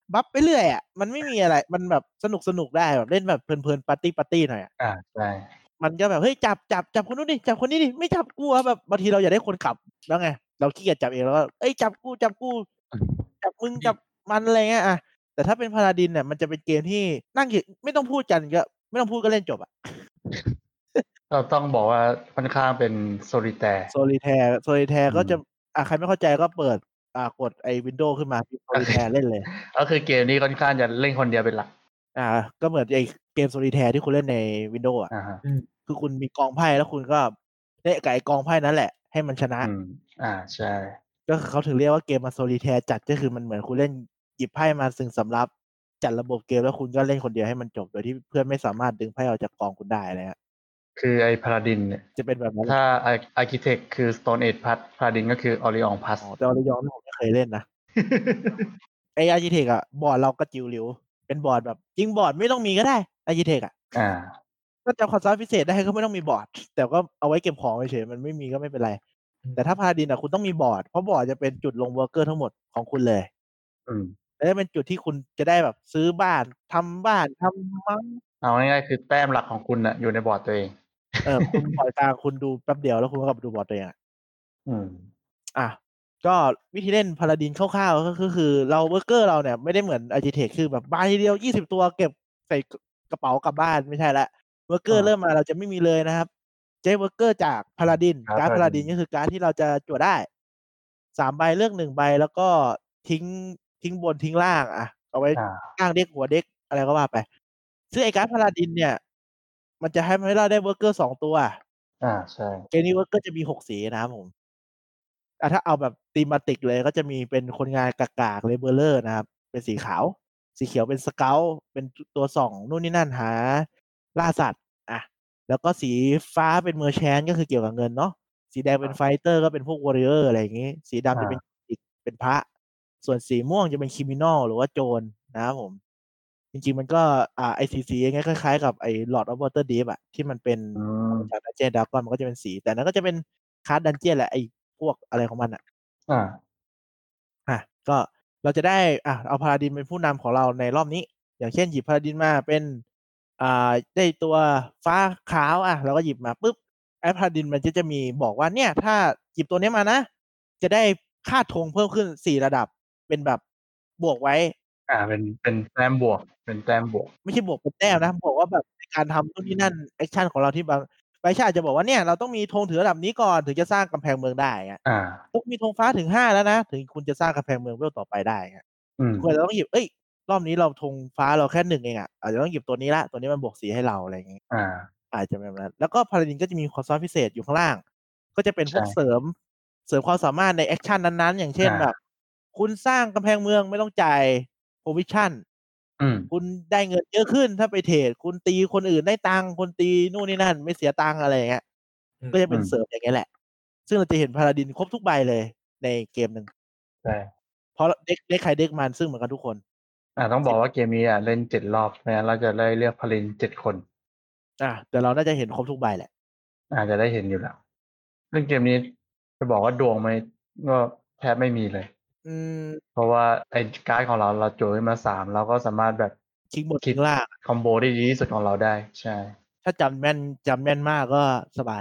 บัฟไปเรื่อยอ่ะมันไม่มีอะไรมันแบบสนุกสนุกได้แบบเล่นแบบเพลินๆปาร์ตี้ปาร์ตี้หน่อยอ่ะอ่าใช่มันก็แบบเฮ้ยจับจับจับคนนู้นดิจับคนนี้ดิไม่จับกูอ่ะแบบบางทีเราอยากได้คนขับแล้วไงเราขี้เกียจจับเองแล้วก็เอ้ยจับกูจับกูจับมึงจับมันอะไรเงี้ยอ่ะแต่ถ้าเป็นพาราดินเนี่ยมันจะเป็นเกมที่นั่งไม่ต้องพูดกันก็ไม่ต้องพูดก็เล่นจบอ่ะเราต้องบอกว่าค่อนข้างเป็นโซลิแทร์โซลิแทร์โซลิแทร์ก็จะอ่ะใครไม่เข้าใจก็เปิดอ่ากดไอ้วินโดว์ขึ้นมาที่โซลิแทร์เล่นเลยก็คือเกมนี้ค่อนข้างจะเล่นคนเดียวเป็นหลักอ่าก็เหมือนไอ้เกมโซลิแทร์ที่คุณเล่นในวินโดว์อ่ะคือคุณมีกองไพ่แล้วคุณก็เล่นกับไอ้กองไพ่นั้นแหละให้มันชนะอืมอ่าใช่ก็คือเขาถึงเรียกว่าเกมมันโซลิแทร์จัดก็คือมันเหมือนคุณเล่นหยิบไพ่มาซึ่งสำรับจัดระบบเกมแล้วคุณก็เล่นคนเดียวให้มันจบโดยที่เพื่อนไม่สามารถดึงไพ่ออกจากกองคุณได้อะไรฮะคือไอ้พาราดินเนี่ยจะเป็นแบบนั้นถ้าอาร์คิเทคคือ Stone Age Plus พาราดินก็คือ Orion Plus แต่ออริยอนผมไม่เคยเล่นนะ ไออาร์จิเทคอะบอร์ดเรากระจิ๋วหลิวเป็นบอร์ดแบบจริงบอร์ดไม่ต้องมีก็ได้อาร์จิเทคอะอ่าก็จะคอนซัลท์พิเศษได้ก็ไม่ต้องมีบอร์ดแต่ก็เอาไว้เก็บของเฉยๆมันไม่มีก็ไม่เป็นไรแต่ถ้าพาราดินอะคุณต้องมีบอร์ดเพราะบอร์ดจะเป็นจุดลงเวิร์กเกอร์ทั้งหมดของคุณเลยอืมและเป็นจุดที่คุณจะได้แบบซื้อบ้านทำบ้านทำมั้งเอาง่ายๆคือแต้มหลักของคุณน่ะอยู่ในบอร์ดตัวเองเออคุณบอร์ดกลางคุณดูแป๊บเดียวแล้วคุณก็กลับมาดูบอร์ดตัวเองอะอืมอ่ะก็วิธีเล่นพาราดินคร่าวๆก็คือคือเราเวิร์กเกอร์เราเนี่ยไม่ได้เหมือนอาร์จิเทคคือแบบบ้านทีเดียวยี่สิบตัวเก็บใส่กระเป๋ากลับบ้านไม่ใช่ละเวิร์กเกอร์เริ่มมาเราจะไม่มีเลยนะครับเจเวิร์กเกอร์จากพาราดินการ์ดพาราดินก็คือการ์ดที่เราจะจั่วได้สามใบเลือกหนึ่งใบแล้วก็ทิ้งทิ้งบนทิ้งล่างอ่ะเอาไว้ข้างเด็กหัวเด็กอะไรก็ว่าไปซึ่งไอ้การ์ดพาราดินเนี่ยมันจะให้ให้เราได้เวิร์กเกอร์สองตัวอ่าใช่เกมนี้เวิร์กเกอร์จะมีหกสีนะครับผมอ่ะถ้าเอาแบบธีมติกเลยก็จะมีเป็นคนงานกากๆเลเบอร์เลอร์นะครับเป็นสีขาวสีเขียวเป็นสเกลเป็นตัวส่องนู่นนี่นั่นหาล่าสัตว์อ่ะแล้วก็สีฟ้าเป็นเมอร์แชนก็คือเกี่ยวกับเงินเนาะสีแดงเป็นไฟเตอร์ก็เป็นพวกวอริเออร์อะไรอย่างงี้สีดำจะเป็นอีกเป็นพระส่วนสีม่วงจะเป็นคริมินอลหรือว่าโจรนะครับผมจริงๆมันก็อ่าไอสีสีอย่างเงี้ยคล้ายๆกับไอ้ Lord of Waterdeep อ่ะที่มันเป็นจากดันเจียนดากอนมันก็จะเป็นสีแต่นั้นก็จะเป็นคาร์ดดันเจียนแหละไอพวกอะไรของมันอ่ะอ่าอ่ะก็เราจะได้อ่ะเอาพาราดินเป็นผู้นำของเราในรอบนี้อย่างเช่นหยิบพาราดินมาเป็นอ่าได้ตัวฟ้าขาวอ่ะเราก็หยิบมาปุ๊บไอ้พาราดินมันจะจะมีบอกว่าเนี่ยถ้าหยิบตัวนี้มานะจะได้ค่าธงเพิ่มขึ้นสี่ระดับเป็นแบบบวกไว้อ่าเป็นเป็นแต้มบวกเป็นแต้มบวกไม่ใช่บวกเป็นแต้มนะบอกว่าแบบในการทำนู่นนี่นั่นแอคชั่นของเราที่บางใบชาอาจจะบอกว่าเนี่ยเราต้องมีธงถือระดับนี้ก่อนถึงจะสร้างกำแพงเมืองได้อ่ะอ่าต้องมีธงฟ้าถึงห้าแล้วนะถึงคุณจะสร้างกำแพงเมืองเวลต่อไปได้อ่ะอืมคุณอาจจะต้องหยิบเอ้ยรอบนี้เราธงฟ้าเราแค่หนึ่งเองอ่ะอาจจะต้องหยิบตัวนี้ละตัวนี้มันบวกสีให้เราอะไรอย่างงี้อ่าอาจจะเป็นแบบนั้นแล้วก็พาราดินก็จะมีความสามารถพิเศษอยู่ข้างล่างก็จะเป็นพวกใช่เสริมเสริมความสามารถในแอคชั่นนั้นๆอย่างเช่นอ่าแบบคุณสร้างกำแพงเมืองไม่ต้องจ่ายโพวิชั่นอืมคุณได้เงินเยอะขึ้นถ้าไปเทรดคุณตีคนอื่นได้ตังค์คนตีนู่นนี่นั่นไม่เสียตังค์อะไรอย่างเงี้ยก็จะเป็นเสริมอย่างเงี้ยแหละซึ่งเราจะเห็นพาราดินครบทุกใบเลยในเกมหนึ่งใช่เพราะเด็กเด็กใครเด็กมันซึ่งเหมือนกันทุกคนอ่าต้องบอกว่าเกมนี้อ่ะเล่นเจ็ดรอบเพราะฉะนั้นเราจะได้เลือกพารินเจ็ดคนอ่ะแต่เราน่าจะเห็นครบทุกใบแหละอาจจะได้เห็นอยู่แล้วเรื่องเกมนี้จะบอกว่าดวงไหมก็แทบไม่มีเลยอืมเพราะว่าไอ้การ์ดของเราเราโจยมาสามเราก็สามารถแบบคิกบนคิคิดกล่างคอมโบได้ดีที่สุดของเราได้ ใช่ถ้าจำแม่นจำแม่นมากก็สบาย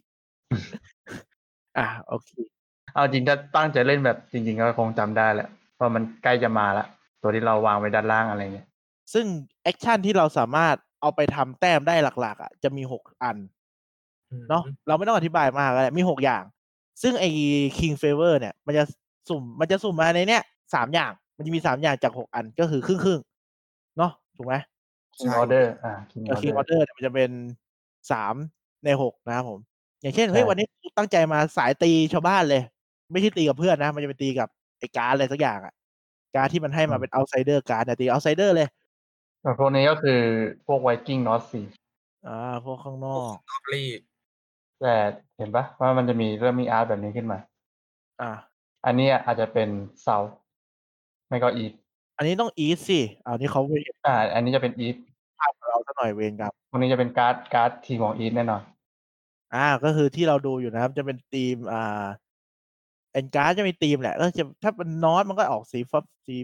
อ่ะโอเคเอาจริงถ้าตั้งใจเล่นแบบจริงๆก็คงจำได้แหละเพราะมันใกล้จะมาละตัวที่เราวางไว้ด้านล่างอะไรเงี้ยซึ่งแอคชั่นที่เราสามารถเอาไปทำแต้มได้หลักๆอ่ะจะมีหกอันเนาะเราไม่ต้องอธิบายมากเลยมีหกอย่าง ซึ่งไอ้ King Favor เนี่ย มันจะสุ่มมันจะสุ่มมาในเนี้ยสามอย่าง มันจะมีสามอย่างจากหกอันก็คือครึ่งครึ่งเนาะถูกไหม King Order อ่า King เออ King Order Order เนี่ยมันจะเป็นสามในหกนะครับผม อย่างเช่นใช่เฮ้ยวันนี้ตั้งใจมาสายตีชาวบ้านเลย ไม่ใช่ตีกับเพื่อนนะ มันจะไปตีกับไอ้การ์ดอะไรสักอย่างอ่ะ การ์ดที่มันให้มาเป็น outsider การ์ดเนี่ยตี outsider เลยแต่พวกนี้ก็คือพวกไวกิ้งนอตซีอ่าพวกข้างนอกนอกลีกแต่เห็นปะว่ามันจะมีเริ่มมีอาร์ตแบบนี้ขึ้นมาอ่าอันนี้อาจจะเป็นเซาไม่ก็อีทอันนี้ต้อง east สิอันนี้เขาไม่อ่า อันนี้จะเป็นอีทภาพของเราสักหน่อยเวรครับพวกนี้จะเป็นการ์ดการ์ดทีมของอีทแน่นอนอ่าก็คือที่เราดูอยู่นะครับ จะเป็นทีมอ่าเอ็นการ์ดจะมีทีมแหละก็จะถ้าเป็นนอตมันก็ออกสีฟ้าสีแบบ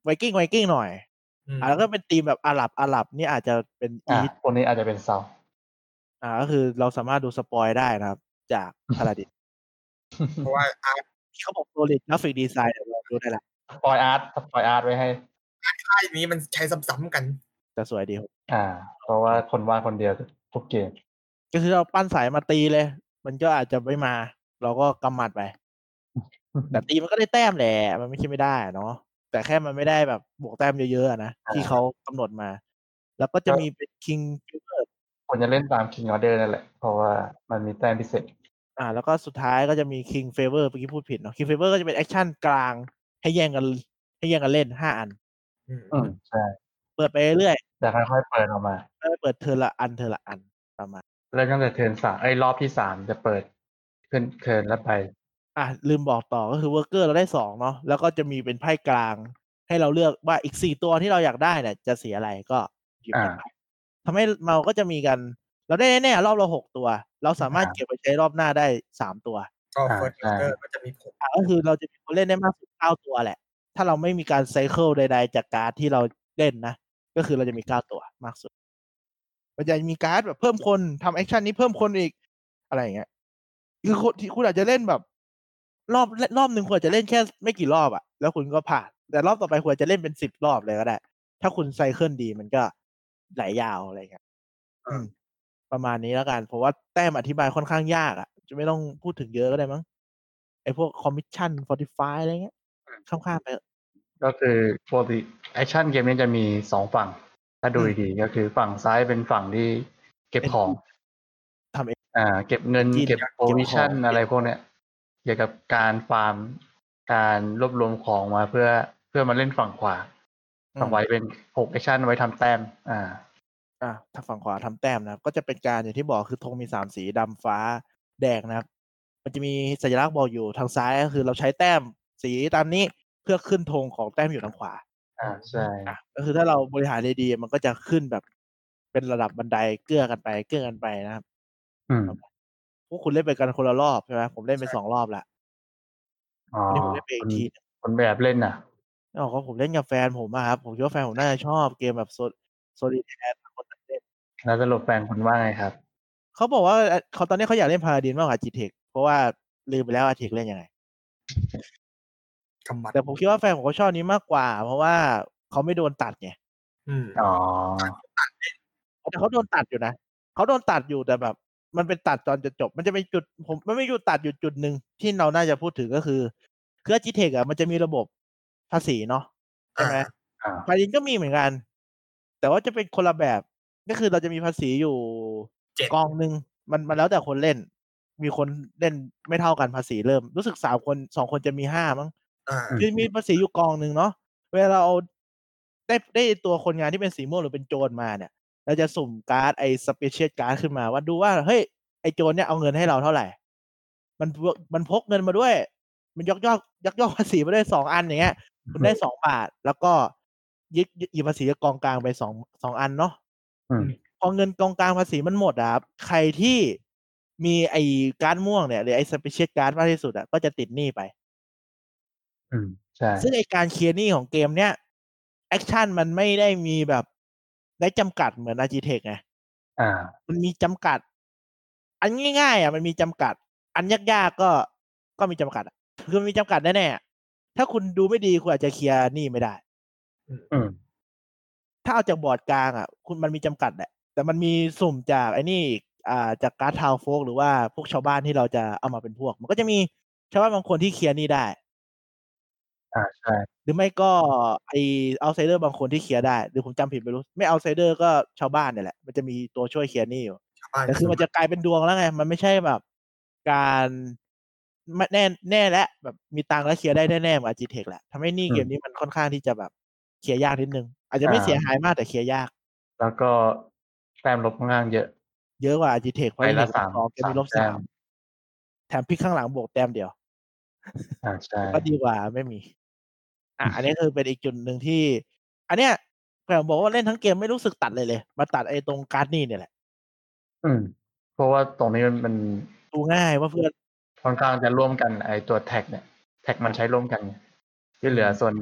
ไวกิ้งไวกิ้งหน่อยอืมอ่าแล้วก็เป็นธีมแบบอาหรับอาหรับนี่อาจจะเป็นอ่าอีทพวกนี้อาจจะเป็นเซาอ่าก็คือเราสามารถดูสปอยได้นะครับ จากพาราดินเพราะว่าอาร์ตเขาบอก solid graphic design เดี๋ยวเราดูได้ละสปอยอาร์ตสปอยอาร์ตไว้ให้ค่ายนี้มันใช้ซ้ำๆกันแต่สวยดีครับอ่า เพราะว่าคนวาดคนเดียวทุกเกมก็คือเราปั้นสายมาตีเลย มันก็อาจจะไม่มา เราก็กำหมัดไป แต่ตีมันก็ได้แต้มแหละ มันไม่ใช่ไม่ได้เนาะ แต่แค่มันไม่ได้แบบบวกแต้มเยอะๆอะนะอ่าที่เขากำหนดมา แล้วก็จะก็มีเป็น King Fever ควรจะเล่นตาม King Order นั่นแหละ เพราะว่ามันมีแต้มพิเศษอ่า แล้วก็สุดท้ายก็จะมี King Favor เมื่อกี้พูดผิดเนาะ King Favor ก็จะเป็นแอกชันกลางให้แย่งกัน ให้แย่งกันเล่น ห้า อันอืมอืม ใช่เปิดไปเรื่อยจะค่อยๆเปิดออกมาๆ ค่อยๆเปิดเทิร์นละอัน เทิร์นละอัน ประมาณเริ่มตั้งแต่เทิร์นสาม เอ๊ย รอบที่ สาม จะเปิดขึ้นเทิร์นละใบอ่า ลืมบอกต่อ ก็คือ Worker เราได้ สอง เนาะ แล้วก็จะมีเป็นไพ่กลางให้เราเลือกว่าอีก สี่ ตัวที่เราอยากได้เนี่ยจะสีอะไร ก็หยิบอาจากไพ่ ทำให้เราก็จะมีกัน เราได้แน่ ๆ รอบละ หก ตัว เราสามารถอาเก็บไว้ใช้รอบหน้าได้ สาม ตัวก็อา First ใช่ Worker ก็จะมีผลอ่า ก็คือเราจะมีคนเล่นได้มากสุด เก้า ตัวแหละ ถ้าเราไม่มีการไซเคิลใด ๆ จากการ์ดที่เราเล่นนะ ก็คือเราจะมี เก้า ตัวมากสุด มันจะมีการ์ดแบบเพิ่มคนทำแอกชันนี้เพิ่มคนอีก อะไรอย่างเงี้ย คือคุณ ที่คุณอาจจะเล่นแบบ รอบ รอบหนึ่งคุณอาจจะเล่นแค่ไม่กี่รอบอะ แล้วคุณก็ผ่าน แต่รอบต่อไปคุณอาจจะเล่นเป็น สิบ รอบเลยก็ได้ ถ้าคุณไซเคิลดีมันก็ไหลยาว อะไรอย่างเงี้ยออืม ประมาณนี้แล้วกัน เพราะว่าแต้มอธิบายค่อนข้างยากอะ จะไม่ต้องพูดถึงเยอะก็ได้มั้ง ไอ้พวก Commission Fortify อะไรเงี้ย ข้าม ๆ ไปเถอะก็คือปกติแอกชันเกมนี้จะมี สอง ฝั่ง ถ้าดูอืมดี ๆ ก็คือฝั่งซ้ายเป็นฝั่งที่เก็บเป็นของทำเองอ่า เก็บเงิน Engine เก็บเก็บข Provision องอะไรเก็บพวกเนี้ย เกี่ยวกับการฟาร์ม การรวบรวมของมาเพื่อ เพื่อมาเล่นฝั่งขวาอืฝั่งมขวาจะเป็น หก แอกชันไว้ทำแต้ม อาอา ถ้าฝั่งขวาทำแต้มนะครับ ก็จะเป็นการอย่างที่บอกคือธงมี สาม สี ดำ ฟ้า แดงนะครับ มันจะมีสัญลักษณ์บอกอยู่ทางซ้าย ก็คือเราใช้แต้มสีตามนี้เพื่อขึ้นธงของแต้มอยู่ทางขวาอา ใช่อา ก็คือถ้าเราบริหารดี ๆ มันก็จะขึ้นแบบเป็นระดับบันไดเกื้อกันไป เกื้อกันไปนะครับอืมพวกคุณเล่นไปกันคนละรอบใช่ไหม? ผมเล่นไปใช่สอง รอบแล้วอ๋ออันนี้ผมเล่นไปคอีุกณทีหนึ่งคุณไปแอบเล่นน่ะอ้าว ก็ผมเล่นกับแฟนผมอะครับ ผมคิดว่าแฟนผมน่าจะชอบเกมแบบ โซ Solitaire ต่างคนต่างเล่นแล้วสรุปแฟนคุณว่าไงครับ? เขาบอกว่า อ เขา ตอนนี้เขาอยากเล่น Paladin มากกว่า Architect เพราะว่าลืมไปแล้ว Architect เล่นยังไงกำหมัดแต่ผมคิดว่าแฟนผมเขาชอบนี้มากกว่า เพราะว่าเขาไม่โดนตัดไงอืมอ๋อต่างคนต่างเล่นแต่เขาโดนตัดอยู่นะ เขาโดนตัดอยู่ แต่แบบมันเป็นตัดตอนจะจบ มันจะมีจุด ผม มันมีจุดตัดอยู่จุดหนึ่งที่เราน่าจะพูดถึง ก็คือ คือ Architect อะมันจะมีระบบภาษีเนาะ ใช่ไหม? อา Paladin ก็มีเหมือนกัน แต่ว่าจะเป็นคนละแบบ ก็คือเราจะมีภาษีอยู่เจ็ดกองหนึ่ง มัน มันแล้วแต่คนเล่น มีคนเล่นไม่เท่ากันภาษีเริ่ม รู้สึก สาม คน สอง คนจะมี ห้า มั้งอาอืมคือมีภาษีอยู่กองหนึ่งเนาะ เวลาเราเอา ได้ ได้ตัวคนงานที่เป็นสีม่วงหรือเป็นโจรมาเนี่ย เราจะสุ่มการ์ดไอ้ Special Card ขึ้นมาว่า ดูว่า เฮ้ย ไอ้โจรเนี่ยเอาเงินให้เราเท่าไร มัน ว มันพกเงินมาด้วย มันยักยอก ยักยอกภาษีมาด้วย สอง อัน อย่างเงี้ย คุณได้ สอง บาท แล้วก็ยึด ยึด หยิบภาษีจากกองกลางไป สอง สอง อันเนาะอืมพอเงินกองกลางภาษีมันหมดอะครับ ใครที่มีไอ้การ์ดม่วงเนี่ย หรือไอ้ Special Card มากที่สุดอะ ก็จะติดหนี้ไปอืม ใช่ซึ่งไอ้การเคลียร์หนี้ของเกมเนี้ย แอกชันมันไม่ได้มีแบบได้จำกัดเหมือน Architect ไงอามันมีจำกัด อันง่าย ๆ อะมันมีจำกัด อันยาก ๆ ก็ ก็มีจำกัดอะ คือมันมีจำกัดแน่ ๆ อะ ถ้าคุณดูไม่ดีคุณอาจจะเคลียร์หนี้ไม่ได้อืมอืมถ้าเอาจากบอร์ดกลางอะ คุณ มันมีจำกัดแหละ แต่มันมีสุ่มจากไอ้นี่อีก อ่า จากการ์ด Townsfolk หรือว่าพวกชาวบ้านที่เราจะเอามาเป็นพวก มันก็จะมีชาวบ้านบางคนที่เคลียร์หนี้ได้อา ใช่หรือไม่ก็ไอ้ Outsider บางคนที่เคลียร์ได้ หรือผมจำผิดไม่รู้ ไม่ Outsider ก็ชาวบ้านเนี่ยแหละ มันจะมีตัวช่วยเคลียร์หนี้อยู่ชาวบ้านแต่คือมันจะกลายเป็นดวงแล้วไง มันไม่ใช่แบบการ ม แน่ แน่แล้ว แบบมีตังค์แล้วเคลียร์ได้แน่ ๆ เหมือน Architect แหละ ทำให้หนี้อืมเกมนี้มันค่อนข้างที่จะแบบเคลียร์ยากนิดหนึ่ง อาจจะอไม่เสียาหายมาก แต่เคลียร์ยากแล้วก็แต้มลบค่อนข้างเยอะเยอะกว่า Architect เพใราะบละ Architect สามลบ สอง เกมสานี้มลบแต้สามมแถมพลิกข้างหลังบวกแต้มเดียวอา ใช่ก็ดีกว่าไม่มี อา อันนี้คือเป็นอีกจุดหนึ่งที่ อันเนี้ยแฟนผมบอกว่าเล่นทั้งเกมไม่รู้สึกตัดอะไรเลย มาตัดไอ้ตรงการ์ดหนี้เนี่ยแหละอืม เพราะว่าตรงนี้มัน มันดูง่ายว่าเพื่อนค่อนข้างจะร่วมกัน ไอ้ตัว Tax เนี่ย Tax มันใช้ร่วมกันไง ที่เหลืออืมส่วน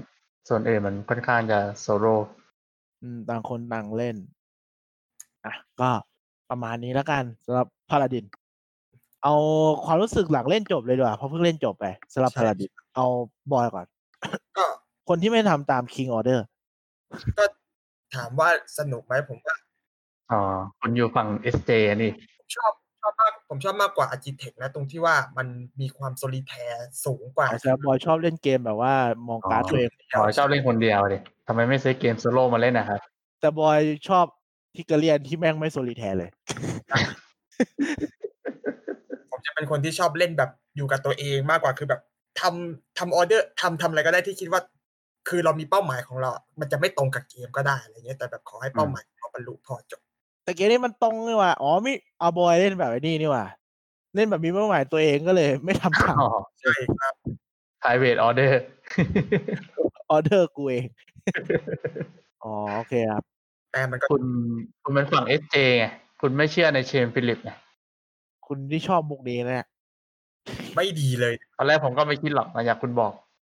ส่วนอื่นมันค่อนข้างจะโซโล่อืมต่างคนต่างเล่นอ่ะก็ประมาณนี้แล้วกันสำหรับพาลาดินเอาความรู้สึกหลังเล่นจบเลยดีกว่าเพราะเพิ่งเล่นจบไปสำหรับใช่พาลาดินเอาบอยก่อนก็คนที่ไม่ทำตาม King Order ก็ถามว่าสนุกไหมผมว่าอ๋อคุณอยู่ฝั่ง เอส เจ นี่ผมชอบชอบมากผมชอบมากกว่า Architect นะตรงที่ว่ามันมีความโซลิแทร์สูงกว่าอ๋อแซมบอยชอบเล่นเกมแบบว่ามองอ๋อการ์ดตัวเองอ๋อชอบเล่นคนเดียวดิทำไมไม่ซื้อเกมโซโล่มาเล่นนะครับแต่บอยชอบทิกเกอเรียนที่แม่งไม่โซลิแทร์เลยผมจะเป็นคนที่ชอบเล่นแบบอยู่กับตัวเองมากกว่าคือแบบทำทำออเดอร์ทำทำอะไรก็ได้ที่คิดว่า คือเรามีเป้าหมายของเรา มันจะไม่ตรงกับเกมก็ได้อะไรเงี้ยแต่แบบขอให้เป้าหมายเราบรรลุพอจบแต่เกมนี้มันตรงนี่ว่าอ๋อมิเอาบอยเล่นแบบไอ้นี่นี่ว่าเล่นแบบมีเป้าหมายตัวเองก็เลยไม่ทำตามอ๋อใช่ครับ private order ออเดอร์กูเอง อ๋อโอเคครับแต่มันก็คุณคุณเป็นฝั่ง เอส เจ ไงคุณไม่เชื่อในเชนฟิลิปไงคุณที่ชอบมุกนี้นะเนี่ยไม่ดีเลยตอนแรกผมก็ไม่คิดหรอกมาอยากคุณบอก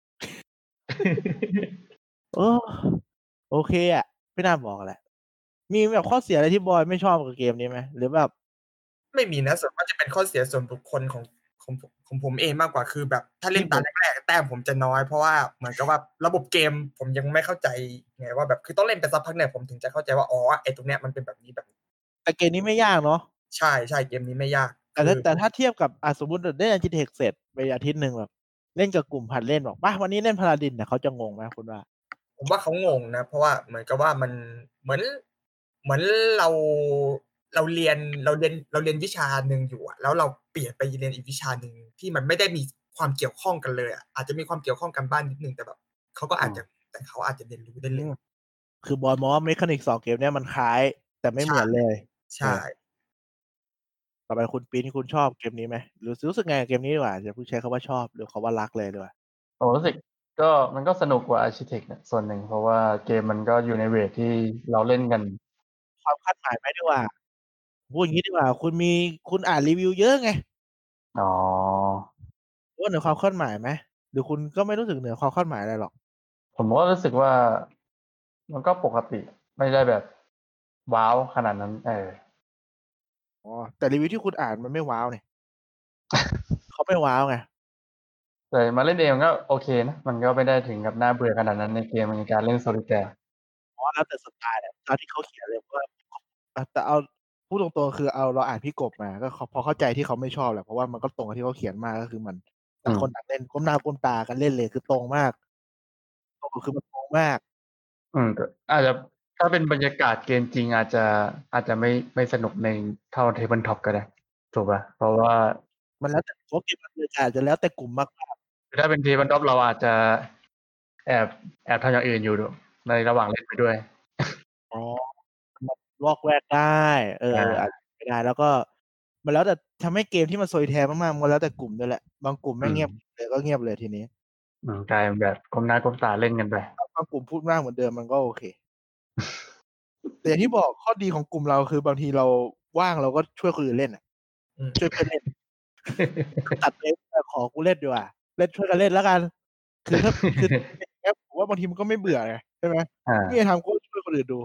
โอ้โอเคอ่ะไม่น่าบอกแหละ มีแบบข้อเสียอะไรที่บอยไม่ชอบกับเกมนี้ไหมหรือแบบไม่มีนะส่วนมากจะเป็นข้อเสียส่วนบุคคลของของผมของผมเองมากกว่าคือแบบถ้าเล่นตาแรกๆแต้มผมจะน้อยเพราะว่าเหมือนกับว่าระบบเกมผมยังไม่เข้าใจไงว่าแบบคือต้องเล่นไปสักพักเนี่ยผมถึงจะเข้าใจว่าอ๋อไอ้ตรงเนี้ยมันเป็นแบบนี้แบบนี้แต่เกมนี้ไม่ยากเนาะใช่ใช่เกมนี้ไม่ยากแต่ถ้าคือแต่ถ้าเทียบกับอ่ะสมมติเล่น Architect เสร็จไปอาทิตย์หนึ่งแบบเล่นกับกลุ่มผัดเล่นบอกป่ะวันนี้เล่นพาราดินเนี่ยเขาจะงงไหมคุณว่าผมว่าเขางงนะเพราะว่าเหมือนกับว่ามันเหมือนเหมือนเราเราเรียนเราเรียนเราเรียนวิชาหนึ่งอยู่อะแล้วเราเปลี่ยนไปเรียนอีกวิชาหนึ่งที่มันไม่ได้มีความเกี่ยวข้องกันเลยอะอาจจะมีความเกี่ยวข้องกันบ้างนิดนึงแต่แบบเขาก็อาจจะแต่เขาอาจจะเรียนรู้ได้เร็วคือบอยมองว่าเมคานิกสองเกมเนี้ยมันคล้ายแต่ไม่เหมือนเลยใช่ต่อไปคุณปีนคุณชอบเกมนี้ไหมหรือรู้สึกไงกับเกมนี้ดีกว่าจะพูดใช้คำว่าชอบหรือคำว่ารักเลยดีกว่าผมรู้สึกก็มันก็สนุกกว่า Architect เนี่ยส่วนหนึ่งเพราะว่าเกมมันก็อยู่ในเวทที่เราเล่นกันความคาดหมายไหมดีกว่าพูดอย่างนี้ดีกว่าคุณมีคุณอ่านรีวิวเยอะไงอ๋อว่าเหนือความคาดหมายไหมหรือคุณก็ไม่รู้สึกเหนือความคาดหมายอะไรหรอกผมก็รู้สึกว่ามันก็ปกติไม่ได้แบบว้าวขนาดนั้น เอออ๋อแต่รีวิวที่คุณอ่านมันไม่ว้าวเนี่ย เขาไม่ว้าวไงแต่มาเล่นเองก็โอเคนะ มันก็ไม่ได้ถึงกับน่าเบื่อขนาดนั้นในเกมในการเล่นโซลิแทร์อ๋อแล้วแต่สไตล์แหละตามที่เขาเขียนเลยว่าอ่ะแต่เอาพูดตรงๆคือเอาเราอ่านพี่กบมาก็เขาพอเข้าใจที่เขาไม่ชอบแหละเพราะว่ามันก็ตรงกับที่เขาเขียนมาก็คือมันต่างคนต่างเล่นก้มหน้าก้มตากันเล่นเลยคือตรงมากตรงคือมันตรงมากอืมแต่อาจจะถ้าเป็นบรรยากาศเกมจริงอาจจะอาจจะไม่ไม่สนุกในเท่าเทเบิลท็อปก็ได้ถูกป่ะเพราะว่ามันแล้วแต่เพราะเกมมันเลยอาจจะแล้วแต่กลุ่มมากกว่าถ้าเป็นเทเบิลท็อปเราอาจจะแอบแอบทำอย่างอื่นอยู่ในระหว่างเล่นไปด้วยอ๋อมันลอกแวกได้ เอออ่าอาจจะไม่ได้แล้วก็มันแล้วแต่ทำให้เกมที่มันโซยแทนมากๆมันแล้วแต่กลุ่มด้วยแหละบางกลุ่มไม่งเงียบเลยก็เงียบเลยทีนี้อืมกลายเป็นแบบก้มหน้าก้มตาเล่นกันไปบางกลุ่มพูดมากเหมือนเดิมมันก็โอเค แต่อย่างที่บอกข้อดีของกลุ่มเราคือบางทีเราว่างเราก็ช่วยคนอื่นเล่นอ่ะอืมช่วยเพื่อนเล่น ตัดเล่นขอกูเล่นดีกว่าเล่นช่วยกันเล่นแล้วกัน คือถ้าคือแอปผมว่าบางทีมันก็ไม่เบื่อไงใช่ไหมอ่านี่ทำก็ช่วยคนอื่นดู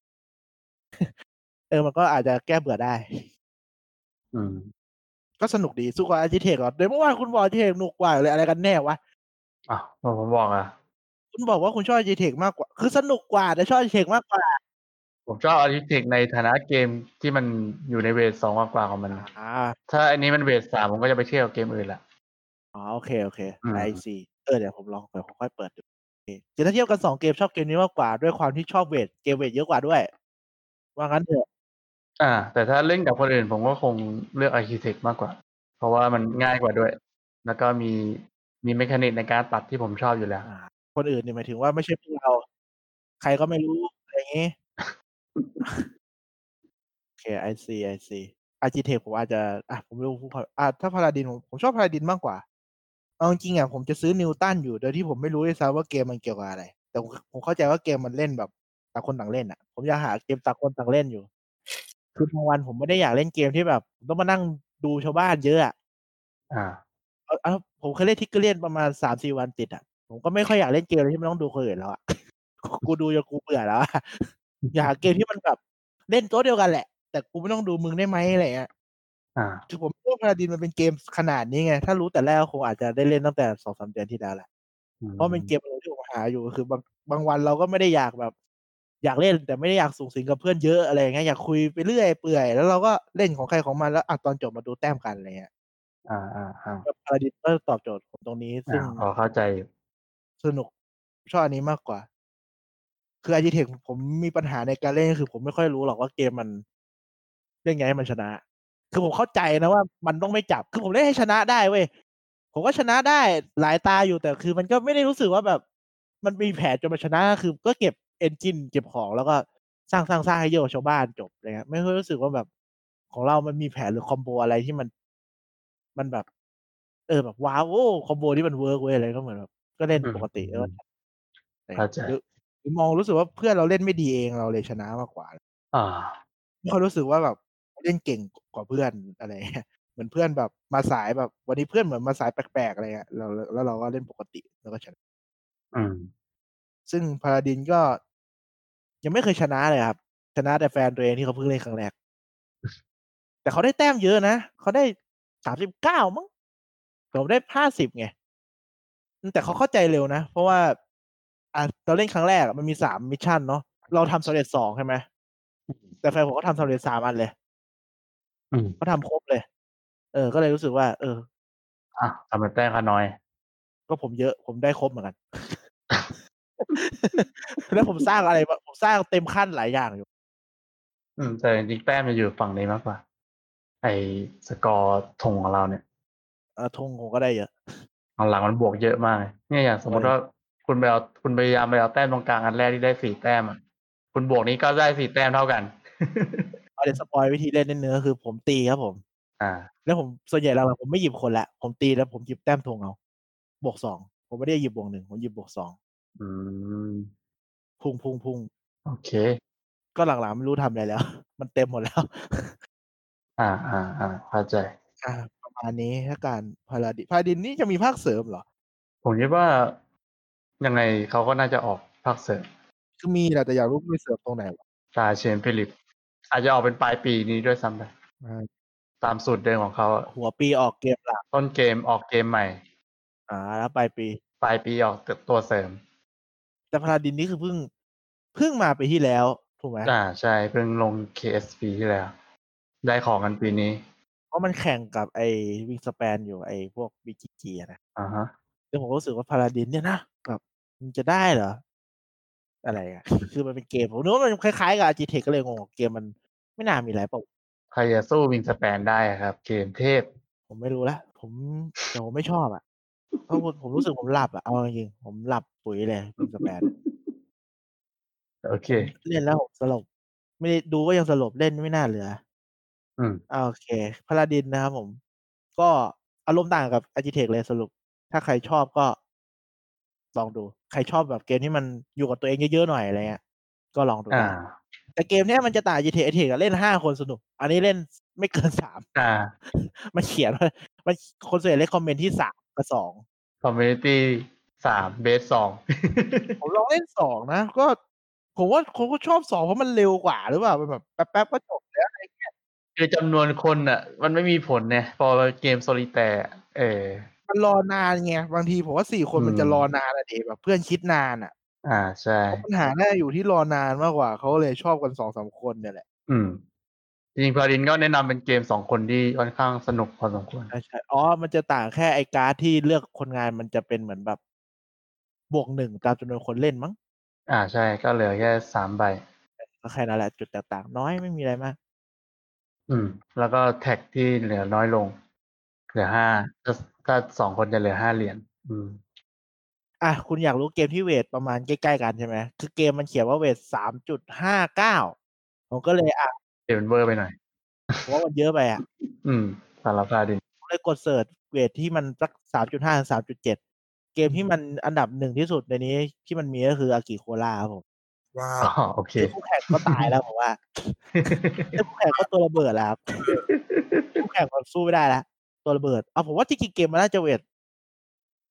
เออมันก็อาจจะแก้เบื่อได้อืมก็สนุกดีสู้กับอาร์จิเทคเหรอเดี๋ยวเมื่อวานคุณบอกอาร์จิเทคสนุกกว่าเลยอะไรกันแน่วะอ้าวผมบอกอ่ะคุณบอกว่าคุณชอบอาร์จิเทคมากกว่าคือสนุกกว่าแต่ชอบอาร์จิเทคมากกว่าผมชอบอาร์ติเทคในฐานะเกมที่มันอยู่ในเวทสองกว่าๆของมันอ่าถ้าอันนี้มันเวทสามผมก็จะไปเที่ยวเกมอื่นละอ๋อโอเคโอเคอืมไอซีเออเดี๋ยวผมลองไปผมค่อยเปิดดูโอเคคือถ้าเทียบกันสองเกมชอบเกมนี้มากกว่าด้วยความที่ชอบเวทเกมเวทเยอะกว่าด้วยว่างั้นเถอะอ่า แต่ถ้าเล่นกับคนอื่นผมก็คงเลือก Architect มากกว่า เพราะว่ามันง่ายกว่าด้วย แล้วก็มีมีเมคานิกในการตัดที่ผมชอบอยู่แล้วอ่าคนอื่นนี่หมายถึงว่าไม่ใช่พวกเรา ใครก็ไม่รู้อะไรอย่างงี้ โอเคไอซีไอซีอาร์จิเทคผมอาจจะอ่ะผมไม่รู้พูดอ่ะถ้าพาราดินผมผมชอบพาราดินมากกว่าเอาจริงๆอ่ะผมจะซื้อนิวตันอยู่โดยที่ผมไม่รู้ด้วยซ้ำว่าเกมมันเกี่ยวกับอะไร แต่ผมผมเข้าใจว่าเกมมันเล่นแบบต่างคนต่างเล่นอ่ะ ผมอยากหาเกมต่างคนต่างเล่นอยู่ คือบางวันผมไม่ได้อยากเล่นเกมที่แบบต้องมานั่งดูชาวบ้านเยอะอ่ะอ่าเอาเอาผมเคยเล่นทิกเกอร์เลียนประมาณสามสี่วันติดอ่ะผมก็ไม่ค่อยอยากเล่นเกมเลยที่มันต้องดูคนอื่นแล้วอ่ะ กูดูจนกูเบื่อแล้วอะ อยากหาเกมที่มันแบบเล่นโต๊ะเดียวกันแหละ แต่กูไม่ต้องดูมึงได้ไหมอะไรเงี้ยอ่าคือผมคิดว่าพาราดินมันเป็นเกมขนาดนี้ไง ถ้ารู้แต่แรกก็คงอาจจะได้เล่นตั้งแต่สองสามเดือนที่แล้วแหละอืเพราะเป็นเกมมที่ผมหาอยู่คือบางบางวันเราก็ไม่ได้อยากแบบ อยากเล่นแต่ไม่ได้อยากสุงสิงกับเพื่อนเยอะอะไรอย่างเงี้ยอยากคุยไปเรื่อยเปื่อยแล้วเราก็เล่นของใครของมันแล้วอ่ะตอนจบมาดูแต้มกันอะไรเงี้ยอ่าอ่าอ่าก็พาราดินก็ตอบโจทย์ผมตรงนี้อ่าซึ่งพอเข้าใจอยู่สนุกชอบอันนี้มากกว่า คืออาร์จิเทคผมมีปัญหาในการเล่นก็คือผมไม่ค่อยรู้หรอกว่าเกมมันเล่นไงให้มันชนะ คือผมเข้าใจนะว่ามันต้องไม่จับ คือผมเล่นให้ชนะได้เว้ย ผมก็ชนะได้หลายตาอยู่แต่คือมันก็ไม่ได้รู้สึกว่าแบบ มันมีแผนจนมันชนะคือก็เก็บเอนจินเก็บของแล้วก็สร้างสร้างสร้างให้เยอะกว่าชาวบ้านจบอะไรเงี้ยไม่ค่อยรู้สึกว่าแบบ ของเรามันมีแผนหรือคอมโบอะไรที่มัน มันแบบ เออแบบว้าวโอ้คอมโบที่มันเวิร์กเว้ยอะไรก็เหมือนแบบก็เล่นอืมปกติอืแล้วก็มอะไรเข้าใจหรือหรือมองรู้สึกว่าเพื่อนเราเล่นไม่ดีเองเราเลยชนะมากกว่าอ่าไม่ค่อยรู้สึกว่าแบบเล่นเก่งกว่าเพื่อนอะไรเงี้ยเหมือนเพื่อนแบบมาสายแบบวันนี้เพื่อนเหมือนมาสายแปลกๆอะไรเงี้ยเราแล้วเราก็เล่นปกติแล้วก็ชนะอืมซึ่งพาราดินก็ ยังไม่เคยชนะเลยครับ ชนะแต่แฟนตัวเองที่เขาเพิ่งเล่นครั้งแรก แต่เขาได้แต้มเยอะนะเขาได้สามสิบเก้ามั้งผมได้ห้าสิบไงอืมแต่เขาเข้าใจเร็วนะ เพราะว่าอ่ะเราเล่นครั้งแรกอะมันมีสามมิชชั่นเนาะเราทำสำเร็จสองใช่ไหมแต่แฟนผมก็ทำสำเร็จสามอันเลยอืมเขาทำครบเลย เออ ก็เลยรู้สึกว่า เอออ่ะทำไมแต้มเขาน้อยก็ผมเยอะผมได้ครบเหมือนกัน แล้วผมสร้างอะไรมาผมสร้างเต็มขั้นหลายอย่างอยู่อืมแต่จริงๆแต้มจะอยู่ฝั่งนี้มากกว่า ไอ้สกอร์ธงของเราเนี่ยเออธงผมก็ได้เยอะหลังๆมันบวกเยอะมากเลยเนี่ยอย่างสมมติว่าคุณไปเอาคุณพยายามไปเอาแต้มตรงกลางอันแรกที่ได้สี่แต้มอะคุณบวกนี้ก็ได้สี่แต้มเท่ากันเอาเดี๋ยวสปอยวิธีเล่นเนื้อคือผมตีครับผมอ่าแล้วผมส่วนใหญ่หลังๆผมไม่หยิบคนละผมตีแล้วผมหยิบแต้มธงเอาบวกสองผมไม่ได้หยิบบวกหนึ่งผมหยิบบวกสองอืมพุ่งพุ่งพุ่งโอเคก็หลังๆไม่รู้ทำอะไรแล้ว มันเต็มหมดแล้วอ่าอ่าอ่าเข้าใจอ่าประมาณนี้ถ้าการพาราดิพาราดินนี่จะมีภาคเสริมเหรอผมคิดว่ายังไงเขาก็น่าจะออกภาคเสริมคือมีแหละแต่อยากรู้มีเสริมตรงไหนวะตาเชนฟิลิป อาจจะออกเป็นปลายปีนี้ด้วยซ้ำไปอ่าตามสูตรเดิมของเขาอะหัวปีออกเกมหลักต้นเกมออกเกมใหม่อ่าแล้วปลายปีปลายปีออกตัวเสริมแต่พาราดินนี่คือเพิ่งเพิ่งมาปีที่แล้วถูกไหมอ่าใช่เพิ่งลง เค เอส พี ที่แล้ว ได้ของกันปีนี้เพราะมันแข่งกับไอ้วิงสเปนอยู่ไอ้พวก บี จี จี อะนะอ่าฮะซึ่งผมก็รู้สึกว่าพาราดินเนี่ยนะแบบมันจะได้เหรอ อะไรอะ คือมันเป็นเกมผมนึกว่ามันคล้ายๆกับ Architect ก็เลยงงเกมมันไม่น่ามีอะไรเปล่าใครจะสู้วิงสแปนได้อะครับ เกมเทพผมไม่รู้แล้วผมแต่ผมไม่ชอบอะเพราะผมผมรู้สึกผมหลับอะเอาจริงๆผมหลับปุ๋ยเลยวิงสเปนโอเคเล่นแล้วผมสลบ ไม่ได้ดูก็ยังสลบเล่นไม่น่าเหลืออืมอ่าโอเคพาราดินนะครับผม ก็อารมณ์ต่างกับ Architect เลยสรุป ถ้าใครชอบก็ลองดู ใครชอบแบบเกมที่มันอยู่กับตัวเองเยอะๆหน่อยอะไรเงี้ยก็ลองดูอ่าได้ แต่เกมเนี้ยมันจะต่าง Architect Architect อะเล่นห้าคนสนุก อันนี้เล่นไม่เกิน สามอ่ามันเขียนว่ามันคนส่วนใหญ่เล่นคอมเมนต์ที่สามกับสองคอมมูนิตี้สามเบสสองผมลองเล่นสองนะ ก็ผมว่าคนก็ชอบสองเพราะมันเร็วกว่าหรือเปล่ามันแบบแป๊บๆก็จบแล้วอะไรเงี้ยคือจำนวนคนอ่ะ มันไม่มีผลเนี่ยพอเกมโซลิแตร์เออมันรอนานไงบางทีผมว่าสี่คนอืมมันจะรอนานอะดิแบบเพื่อนคิดนานอะอ่าใช่ปัญหาน่าจะอยู่ที่รอนานมากกว่าเขาเลยชอบกันสองสามคนเนี่ยแหละอืม จริงๆพาราดินก็แนะนำเป็นเกมสองคนที่ค่อนข้างสนุกพอสมควรใช่ใช่อ๋อมันจะต่างแค่ไอ้การ์ดที่เลือกคนงานมันจะเป็นเหมือนแบบบวกหนึ่งตามจำนวนคนเล่นมั้งอ่าใช่ก็เหลือแค่สามใบก็แค่นั้นแหละจุดแตกต่างน้อยไม่มีอะไรมากอืม แล้วก็แท็กที่เหลือน้อยลง เหลือห้าถ้าถ้าสองคนจะเหลือห้าเหรียญอืมอ่ะคุณอยากรู้เกมที่เวทประมาณใกล้ๆกันใช่ไหมคือเกมมันเขียนว่าเวทสามจุดห้าเก้าผมก็เลยอ่ะเดี๋ยวมันเวอร์ไปหน่อยผมว่ามันเยอะไปอ่ะอืมสำหรับพาราดินผมเลยกดเสิร์ชเวทที่มันสักสามจุดห้าสามจุดเจ็ดเกมที่มันอันดับหนึ่งที่สุดในนี้ที่มันมีก็คืออากิโคล่าครับผมว้าอ๋วอโอเคคือคู่แข่งก็ตายแล้วผมว่าคือคู่แข่งก็ตัวระเบิดแล้วครับคู่แข่งมันสู้ไม่ได้แล้วตัวระเบิดเอาผมว่าจริงๆเกมมันน่าจะเวท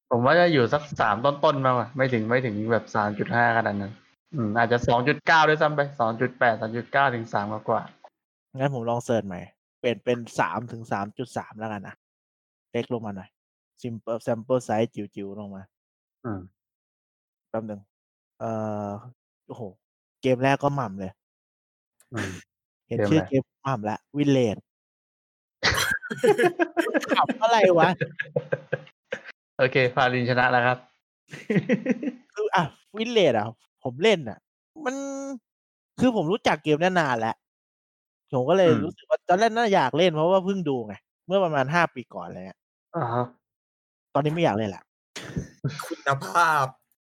ผมว่าจะอยู่สักสามต้นๆมากกว่าไม่ถึงไม่ถึงแบบสามจุดห้าขนาดนั้นอืมอาจจะสองจุดเก้าด้วยซ้ำไปสองจุดแปด สามจุดเก้าถึงสามกว่างั้นผมลองเสิร์ชใหม่เปลี่ยนเป็นสามถึงสามจุดสามแล้วกันนะเล็กลงมาหน่อย simple sample size จิ๋วๆลงมาอืมแป๊บนึงเอ่อโอ้โหเกมแรกก็หม่ำเลยอืมเห็นชื่อเกมหม่ำแล้ววิลเลจขับอะไรวะโอเคฟารินชนะแล้วครับคืออ่ะวิลเลจอ่ะผมเล่นอ่ะ มันคือผมรู้จักเกมนี้นานแล้วผมก็เลยรู้สึกว่าตอนแรกน่าอยากเล่นเพราะว่าเพิ่งดูไงเมื่อประมาณห้าปีก่อนเลยอ่ะตอนนี้ไม่อยากเล่นละคุณภาพ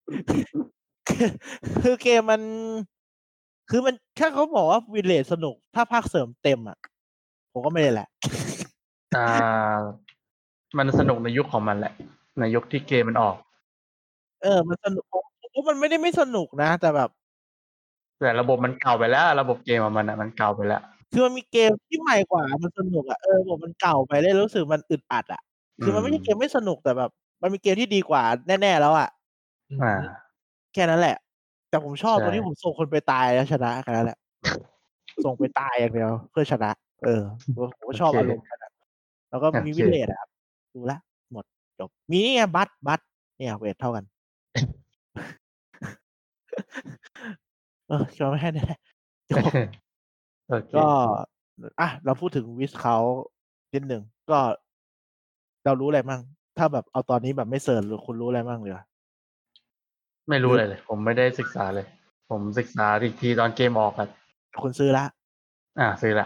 คือเกมมันคือมันถ้าเขาบอกว่าวิลเลจสนุกถ้าภาคเสริมเต็มอ่ะผมก็ไม่เล่นแหละอ่ามันสนุกในยุคของมันแหละในยุคที่เกมมันออกเออมันสนุกเพราะมันไม่ได้ไม่สนุกนะแต่แบบแต่ระบบมันเก่าไปแล้วระบบเกมของมันอ่ะมันเก่าไปแล้วคือมันมีเกมที่ใหม่กว่ามันสนุกอ่ะเออบอกมันเก่าไปเลยรู้สึกมันอึดอัดอ่ะคือมันไม่ใช่เกมไม่สนุกแต่แบบมันมีเกมที่ดีกว่าแน่ๆแล้วอ่ะอ่าแค่นั้นแหละแต่ผมชอบตอนที่ผมใช่ส่งคนไปตายแล้วชนะแค่นั้นแหละส่งไปตายอย่างเดียวเพื่อชนะเออผมก็ชอบอารมณ์นั้นอะแล้วก็มีโอเควิลเลจอ่ะดูละหมดจบมีนี่ไงบัตบัตเนี่ยเวทเท่ากันเออชอบแค่นี้จบโอเคก็อ่ะเราพูดถึงวิสเขานิดหนึ่งก็เรารู้อะไรมั่งถ้าแบบเอาตอนนี้แบบไม่เสิร์ชหรือคุณรู้อะไรมั่งเลยไม่รู้เลยเลยผมไม่ได้ศึกษาเลยผมศึกษาอีกทีตอนเกมออกครับคุณซื้อละอ่าซื้อละ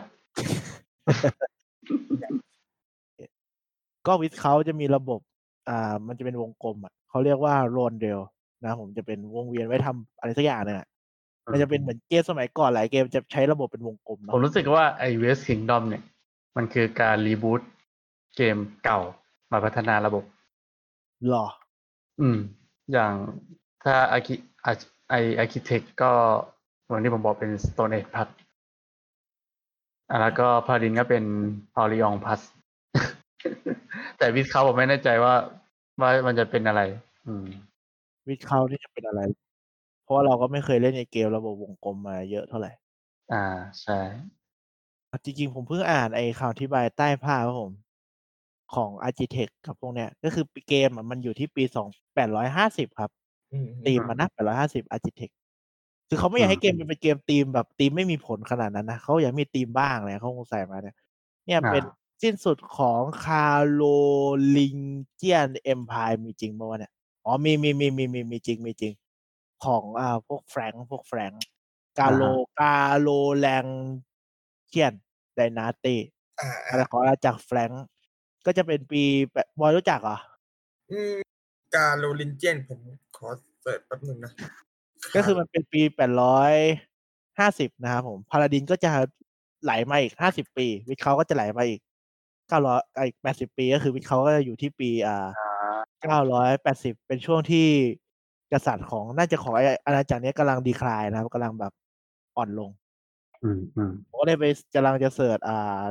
ก็วิสเขาจะมีระบบอ่ามันจะเป็นวงกลมอ่ะเขาเรียกว่าโรนเดลนะผมจะเป็นวงเวียนไว้ทำอะไรสักอย่างเนี่ยมันจะเป็นเหมือนเกมสมัยก่อนหลายเกมจะใช้ระบบเป็นวงกลมเนาะผมรู้สึกว่าไอ้ West Kingdom เนี่ยมันคือการรีบูตเกมเก่ามาพัฒนาระบบหรออืมอย่างถ้าอาคิไออาร์คิเทคก็เหมือนที่ผมบอกเป็น Stone Age Plus อ่ะแล้วก็พาดินก็เป็นพาริองพัส แต่วิสเขาผมไม่แน่ใจว่าว่ามันจะเป็นอะไร อืมวิสเขานี่จะเป็นอะไร เพราะว่าเราก็ไม่เคยเล่นในเกมระบบวงกลมมาเยอะเท่าไหร่อ่าใช่จริงๆผมเพิ่งอ่านไอ้คำอธิบายใต้ภาพครับผมของ Architect กับพวกเนี้ยก็คือเกมอ่ะมันอยู่ที่ปีสองแปดร้อยห้าสิบครับตีมมันนะแปดร้อยห้าสิบ Architect คือเขาไม่อยากให้เกมมันเป็นเกมธีมแบบธีมไม่มีผลขนาดนั้นนะเขาอยากมีธีมบ้างเลยเขาคงใส่มาเนี่ยเนี่ยเป็นสิ้นสุดของคาโลลิงเจียนเอ็มพายมีจริงป่าวเนี่ยอ๋อมีมีมีมีมีมีจริงมีจริงของอ่าพวกแฟรงค์พวกแฟรงค์กาโลกาโลแรงเจียนไดนาตีอะไรขอจากแฟรงค์ก็จะเป็นปีแบบบอยรู้จักเหรออืมกาโลลินเจียนผมขอเสิร์ชแป๊บนึงนะก็คือมันเป็นปีแปดร้อยห้าสิบนะครับผมพาลาดินก็จะไหลมาอีกห้าสิบปีวิทเขาก็จะไหลมาอีกเก้าร้อยอีกแปดสิบปีก็คือวิทเขาก็จะอยู่ที่ปีอ่าเก้าร้อยแปดสิบเป็นช่วงที่กษัตริย์ของน่าจะของอาณาจักรนี้กำลังดีคลายนะครับกำลังแบบอ่อนลงอืมอืมผมก็เลยไปกำลังจะเสิร์ชอ่า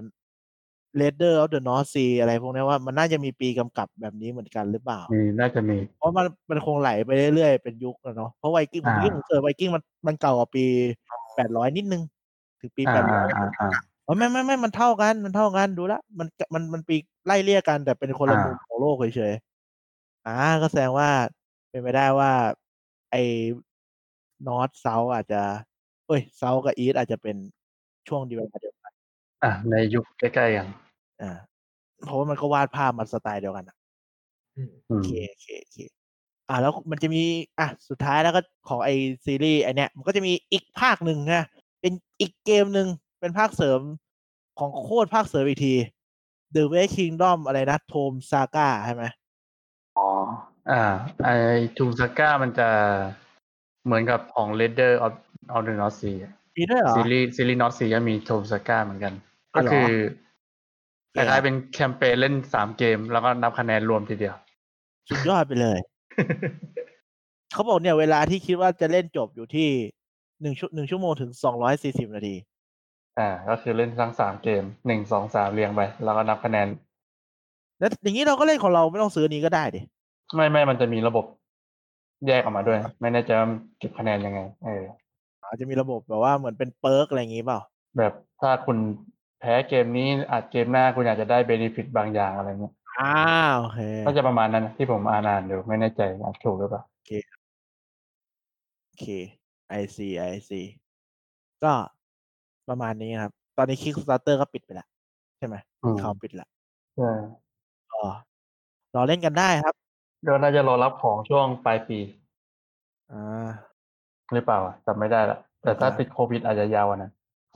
Leader of the North Sea อะไรพวกนี้ว่ามันน่าจะมีปีกำกับแบบนี้เหมือนกันหรือเปล่ามีน่าจะมีเพราะมันมันคงไหลไปเรื่อยๆเป็นยุคอะเนาะเพราะไวกิ้งผมคิดผมเสิร์ชไวกิ้งมันมันเก่ากว่าปีแปดร้อยนิดนึงถึงปีแปดร้อยอ๋อไม่ไม่ไม่มันเท่ากันมันเท่ากันดูละมันมันมันปีไล่เลี่ยกันแต่เป็นคนละมุมของโลกเฉยๆอ่าก็แสดงว่าเป็นไปได้ว่าไอ้นอร์ทเซาท์อาจจะเอ้ยเซาท์กับอีสต์อาจจะเป็นช่วงเดียวกันเดียวกันอ่าในยุคใกล้ๆกันอ่าเพราะว่ามันก็วาดภาพมันสไตล์เดียวกันอ่ะโอเคโอเคโอเคอ่าแล้วมันจะมีอ่ะสุดท้ายแล้วก็ของไอซีรีส์ไอเนี้ยมันก็จะมีอีกภาคหนึ่งนะเป็นอีกเกมหนึ่งเป็นภาคเสริมของโคตรภาคเสริมอีกที The West Kingdom อะไรนะโทมซาก้าใช่ไหมอ๋ออ่าไอทูซาก้ามันจะเหมือนกับของ Leader of of the North Sea มีด้วยเหรอซีรีส์ซีรีส์ North Sea ก็มีทูซาก้าเหมือนกันก็เหรอคือคล้ายๆเป็นแคมเปญเล่นสามเกมแล้วก็นับคะแนนรวมทีเดียวสุดยอดไปเลย เขาบอกเนี่ยเวลาที่คิดว่าจะเล่นจบอยู่ที่หนึ่งชั่วหนึ่งชั่วโมงถึงสองร้อยสี่สิบนาทีอ่าก็คือเล่นทั้งสามเกมหนึ่งสองสามเรียงไปแล้วก็นับคะแนนแล้วอย่างนี้เราก็เล่นของเราไม่ต้องซื้อนี้ก็ได้ดิไม่ไม่มันจะมีระบบแยกออกมาด้วย ไม่แน่ใจว่าเก็บคะแนนยังไงเอออาจจะมีระบบแบบว่าเหมือนเป็นเปิร์กอะไรอย่างงี้เปล่าแบบถ้าคุณแพ้เกมนี้อาจเกมหน้าคุณอาจจะได้เบเนฟิตบางอย่างอะไรเงี้ยอ่าโอเคก็จะประมาณนั้นที่ผมอ่านอ่านอยู่ไม่แน่ใจอ่านถูกหรือเปล่าโอเคโอเค I see I see ก็ประมาณนี้ครับตอนนี้ Kickstarter ก็ปิดไปแล้วใช่ไหมมีข่าวปิดแล้วใช่ก็รอเล่นกันได้ครับก็น่าจะรอรับของช่วงปลายปีอ่าหรือเปล่าจำไม่ได้ละแต่ถ้าติดโควิดอาจจะยาวนะ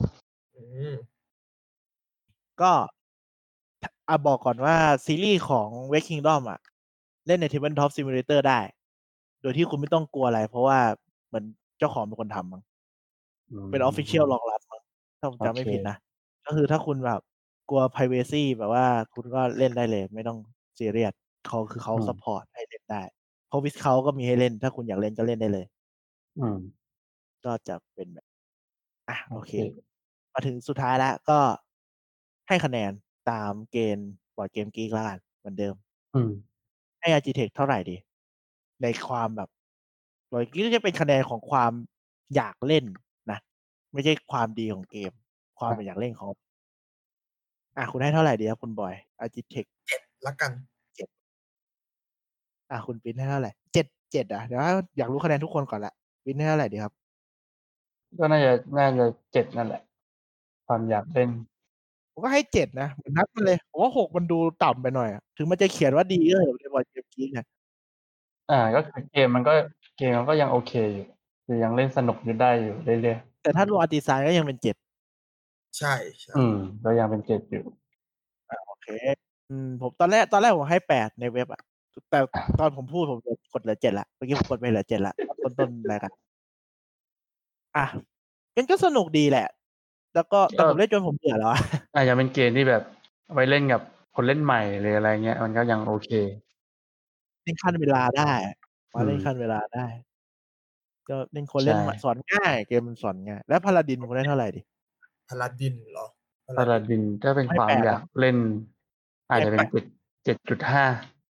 ก็อ่ะบอกก่อนว่าซีรีส์ของ Wake Kingdom อ่ะเล่นใน Tabletop Simulator ได้โดยที่คุณไม่ต้องกลัวอะไรเพราะว่าเหมือนเจ้าของเป็นคนทำมั้งเป็น Official รองรับมั้งถ้าผมจำไม่ผิดนะก็คือถ้าคุณแบบกลัว privacy แบบว่าคุณก็เล่นได้เลยไม่ต้องซีเรียสเขาคือเขา support ให้เล่นได้เพราะวิสเขาก็มีให้เล่นถ้าคุณอยากเล่นก็เล่นได้เลยอืมก็จะเป็นแบบอ่ะโอเคมาถึงสุดท้ายแล้วก็ให้คะแนนตามเกณฑ์บอร์ดเกมกีกแล้วกันเหมือนเดิมอืมให้ Architect เท่าไหร่ดีในความแบบบอร์ดกีกจะเป็นคะแนนของความอยากเล่นนะไม่ใช่ความดีของเกมความเป็นอยากเล่นของอ่ะคุณให้เท่าไหร่ดีครับคุณบอย Architect เจ็ดละกันเจ็ดอ่ะคุณปิ้นให้เท่าไหร่เจ็ดเจ็ดอ่ะเดี๋ยวอยากรู้คะแนนทุกคนก่อนละปิ้นให้เท่าไหร่ดีครับก็น่าจะน่าจะเจ็ดนั่นแหละความอยากเล่นผมก็ให้เจ็ดนะเหมือนนัดมันเลยผมว่าหกมันดูต่ำไปหน่อยอะถึงมันจะเขียนว่าดีก็เถอะในบอร์ดเกมกีกเนี่ยอ่าก็คือเกมมันก็เกมมันก็ยังโอเคอยู่คือยังเล่นสนุกอยู่ได้อยู่เรื่อยๆแต่ถ้ารวมดีไซน์ก็ยังเป็นเจ็ดใช่ใช่ๆอืมก็ยังเป็นเจ็ดอยู่โอเคอืมผมตอนแรกตอนแรกผมให้แปดในเว็บอ่ะแต่ตอนผมพูดผมกดเหลือเจ็ดละเมื่อกี้ผมกดไปเหลือเจ็ดละต้นต้นรายการอ่ะมันก็สนุกดีแหละ แล้วก็แต่ผมเล่นจนผมเบื่อแล้วอะอาจจะเป็นเกมที่แบบไว้เล่นกับคนเล่นใหม่หรืออะไรเงี้ยมันก็ยังโอเคเล่นขั้นเวลาได้มาเล่นขั้นเวลาได้ก็เล่นคนเล่นสอนง่ายเกมมันสอนง่ายแล้วพาลาดินคุณได้เท่าไหร่ดิพาลาดินเหรอพาราดินถ้าเป็นความอยากเล่นอาจจะเป็นเจ็ดเจ็ดจุดห้า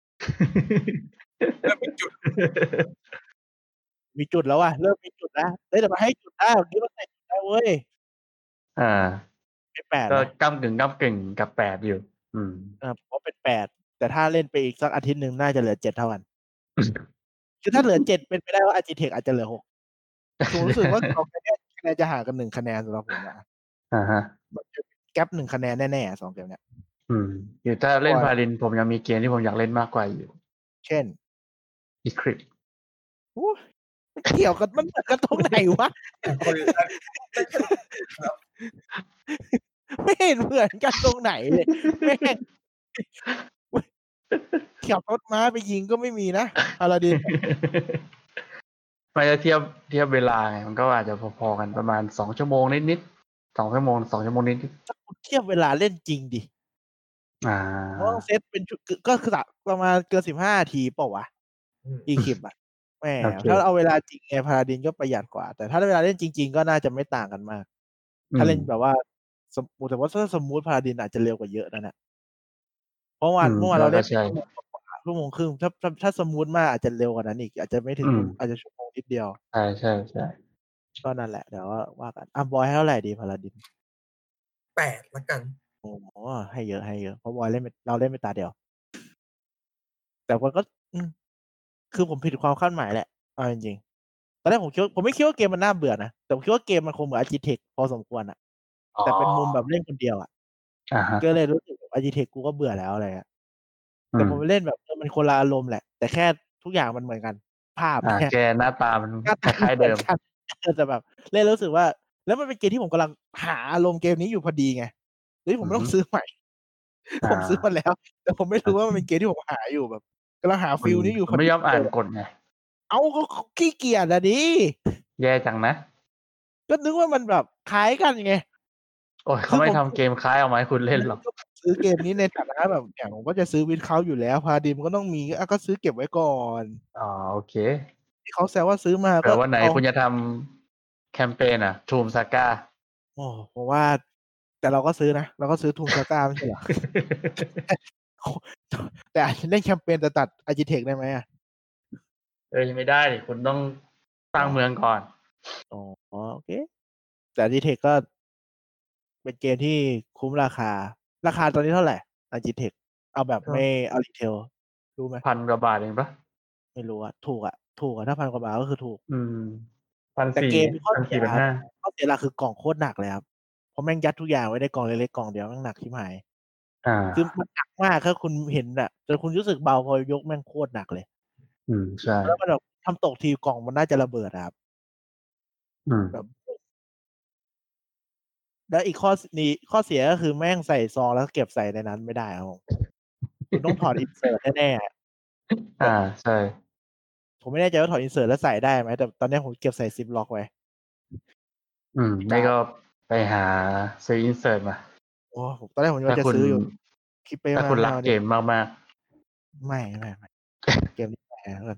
เริ่มมีจุดมีจุดแล้วอ่ะเริ่มมีจุดแล้วเฮ้ยแต่มาให้จุดได้ผมคิดว่าใส่จุดได้เว้ยอ่าเป็นแปดก็นะก้ำกึ่งก้ำกึ่งกับแปดอยู่ อืมอ่าผมว่าเป็นแปดแต่ถ้าเล่นไปอีกสักอาทิตย์หนึ่งน่าจะเหลือเจ็ดเท่ากันคือถ้าเหลือเจ็ดเป็นไปได้ว่าอาร์จิเทคอาจจะเหลือหกผมรู้สึกว่าสองคะแนนคะแนนจะห่างกันหนึ่งคะแนนสำหรับผมอะอ่าฮะแบบแก๊ปหนึ่งคะแนนแน่ๆสองเกมเนี้ยอืมอยู่ถ้าเล่นพาลินผมยังมีเกมที่ผมอยากเล่นมากกว่าอยู่เช่นอีคริปอู้มันเกี่ยวกันมันเหมือนกันตรงไหนวะคนละไม่เห็นเหมือนกันตรงไหนเลยแม่งขับรถม้าไปยิงก็ไม่มีนะพาลาดินไม่จะเทียบเทียบเวลาไงมันก็อาจจะพอๆกันประมาณสองชั่วโมงนิดๆสองชั่วโมงสองชั่วโมงนิดถ้าคุณเทียบเวลาเล่นจริงดิๆอ่าเพราะเซตเป็นชุดก็คือประมาณเกินสิบห้านาทีเปล่าวะอีคลิปอ่ะแหมถ้าเอาเวลาจริงไงพาลาดินก็ประหยัดกว่า แต่ถ้าเวลาเล่นจริงๆก็น่าจะไม่ต่างกันมาก ถ้าเล่นแบบว่าสมมติแต่ว่าถ้าสมมูทพาลาดินอาจจะเร็วกว่าเยอะนั่นแหละเพราะวันเมื่อวานเราเล่นชั่วโมงครึ่งถ้าถ้าถ้าสมูทมากอาจจะเร็วกว่านั้นอีกอาจจะไม่ถึงอาจจะชั่วโมงนิดเดียวใช่ใช่ใช่ก็นั่นแหละเดี๋ยวว่ากันอ่ะบอยให้เท่าไหร่ดีพาลาดินแปดละกันโอ้ให้เยอะให้เยอะเพราะบอยเล่นเราเล่นไปตาเดียวแต่ว่าก็คือผมผิดความคาดหมายแหละเอาจริงๆตอนแรกผมคิดผมไม่คิดว่าเกมมันน่าเบื่อนะแต่ผมคิดว่าเกมมันคงเหมือน Architect พอสมควรอะแต่เป็นมุมแบบเล่นคนเดียวอะก็เลยรู้สึก Architect กูก็เบื่อแล้วอะไรอะแต่ผมเล่นแบบมันคนละอารมณ์แหละแต่แค่ทุกอย่างมันเหมือนกันภาพแค่หน้าตามันคล้ายๆเดิมแต่แบบเล่นรู้สึกว่าแล้วมันเป็นเกมที่ผมกำลังหาอารมณ์เกมนี้อยู่พอดีไงเฮ้ยผมไม่ต้องซื้อใหม่ผมซื้อมาแล้วแต่ผมไม่รู้ว่ามันเป็นเกมที่ผมหาอยู่แบบกำลังหาฟิลนี้อยู่พอดีไม่ยอมอ่านกฎไงเอาก็ขี้เกียจอะดิแย่จังนะก็นึกว่ามันแบบคล้ายกันไงโอ้ยเขาไม่ทำเกมคล้ายเอามาให้คุณเล่นหรอกซื้อเกมนี้ในฐานะแบบอย่างผมก็จะซื้อวินเขาอยู่แล้วพาดิมก็ต้องมีก็ซื้อเก็บไว้ก่อนอ๋อโอเคที่เขาแซวว่าซื้อมาก็วันไหนคุณจะทำแคมเปญอ่ะทูมซาก้าโอ้เพราะว่าแต่เราก็ซื้อนะเราก็ซื้อทูมซาก้าไม่ใช่เหรอแต่เล่นแคมเปญแต่ตัดอาร์จิเทคได้ไหมอ่ะเอ้ยไม่ได้ดิคุณต้องสร้างเมืองก่อนอ๋อโอเคแต่ Agitech ก็เป็นเกมที่คุ้มราคาราคาตอนนี้เท่าไหร่ Agitech เอาแบบไม่เอารีเทลรู้ไหมพันกว่าบาทเองปะไม่รู้อะถูกอะถูกอะถ้าพันกว่าบาทก็คือถูกอืมพันแต่สี่เกมมีข้อพันเสีสี่ยพันห้าข้อเสียหลักคือกล่องโคตรหนักเลยครับเพราะแม่งยัดทุกอย่างไว้ในกล่องเล็กๆกล่องเดียวแม่งหนักชิบหายอ่าคือมันหนักมากถ้าคุณเห็นอะจนคุณรู้สึกเบาพอยกแม่งโคตรหนักเลยอืมใช่แล้วมันแบบทำตกทีกล่องมันน่าจะระเบิดอะครับอืมแบบแล้วอีกข้อนี้ข้อเสียก็คือแม่งใส่ซองแล้วเก็บใส่ในนั้นไม่ได้ครับผมคุณต้องถอดอินเสิร์ตแน่ๆอะแบอ่าบใช่ผมไม่แน่ใจว่าถอดอินเสิร์ตแล้วใส่ได้ไหมแต่ตอนนี้ผมเก็บใส่ซิปล็อกไว้อืมไม่ก็ไปหาซื้ออินเสิร์ตมาโอ้ผมตอนแรกผมถ้าว่าจะคุณซื้ออยู่คิดไปถ้ามาคุณรัไม่กเอาเกดิมมากไม่ไม่ไม่เกมนี้แพงเกิน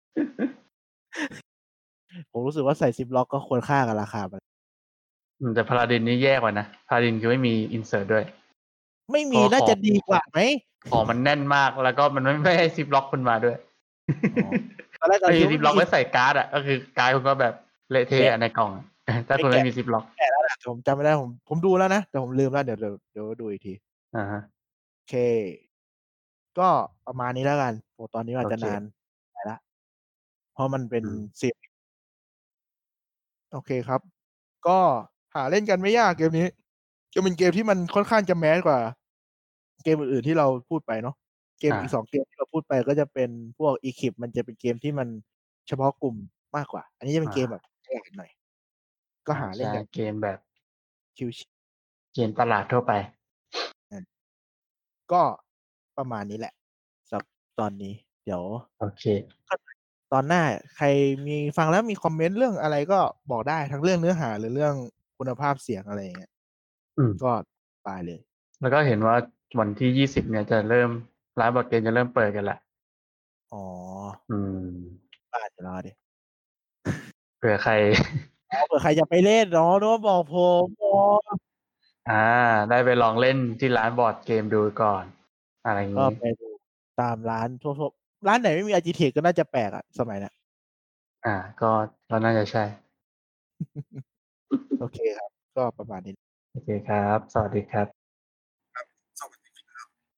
ผมรู้สึกว่าใส่ซิปล็อกก็ควรค่ากับราคามันๆอืมแต่พาราดินนี่แย่กว่านะพาราดินคือไม่มีอินเสิร์ตด้วยไม่มีเพราะว่าน่าของจะดีกว่าไหมของมันแน่นมากแล้วก็มันไม่ไม่ให้ซิปล็อกคุณมาด้วยอ๋อตอนแรกเราไม่คิมีดว่าซิปล็อกมีไว้ใส่การ์ดอ่ะก็คือการ์ดคุณก็แบบเละเทะอะในกล่องอะถ้าไม่คุณไม่แกะมีซิปล็อกแกะแล้วแหละแต่ผมจำไม่ได้ผมผมดูแล้วนะแต่ผมลืมแล้วเดี๋ยวเดี๋ยวเดี๋ยวดูอีกทีอ่าฮะโอเค ก็ประมาณนี้แล้วกันโอ้ตอนนี้อาจจะโอเคนานไปละเพราะมันเป็นอืมสิบโอเคครับ ก็หาเล่นกันไม่ยากเกมนี้จะเป็นเกมที่มันค่อนข้างจะแมสกว่า เกมอื่นๆที่เราพูดไปเนาะเกมอ่าอีกสองเกมที่เราพูดไปก็จะเป็นพวก Eclipse มันจะเป็นเกมที่มันเฉพาะกลุ่มมากกว่า อันนี้จะเป็นอ่าเกมแบบตลาดหน่อย ก็อ่าหาเล่นใช่กันเกมแบบชิวเกมตลาดทั่วไปๆอืมก็ประมาณนี้แหละสำหรับตอนนี้ เดี๋ยวโอเคตอนหน้าใครมีฟังแล้วมีคอมเมนต์เรื่องอะไรก็บอกได้ทั้งเรื่องเนื้อหาหรือเรื่องคุณภาพเสียงอะไรอย่างเงี้ยอืมก็ไปเลยแล้วก็เห็นว่าวันที่ยี่สิบเนี่ยจะเริ่มร้านบอร์ดเกมจะเริ่มเปิดกันละอ๋ออืมบ้าเดี๋ยวรอดิเผื่อใครอ๋อเผื่อใครจะไปเล่นเนาะนึกว่าบอกผมอ๋ออ่า ได้ไปลองเล่นที่ร้านบอร์ดเกมดูก่อน อะไรอย่างก็นี้ไปดูตามร้านทั่วๆร้านไหนไม่มี Agitech ก็น่าจะแปลกอะสมัยเนี้ยอ่า ก็ก็น่าจะใช่โอเคครับ ก็ประมาณนี้โอเคครับ สวัสดีครับ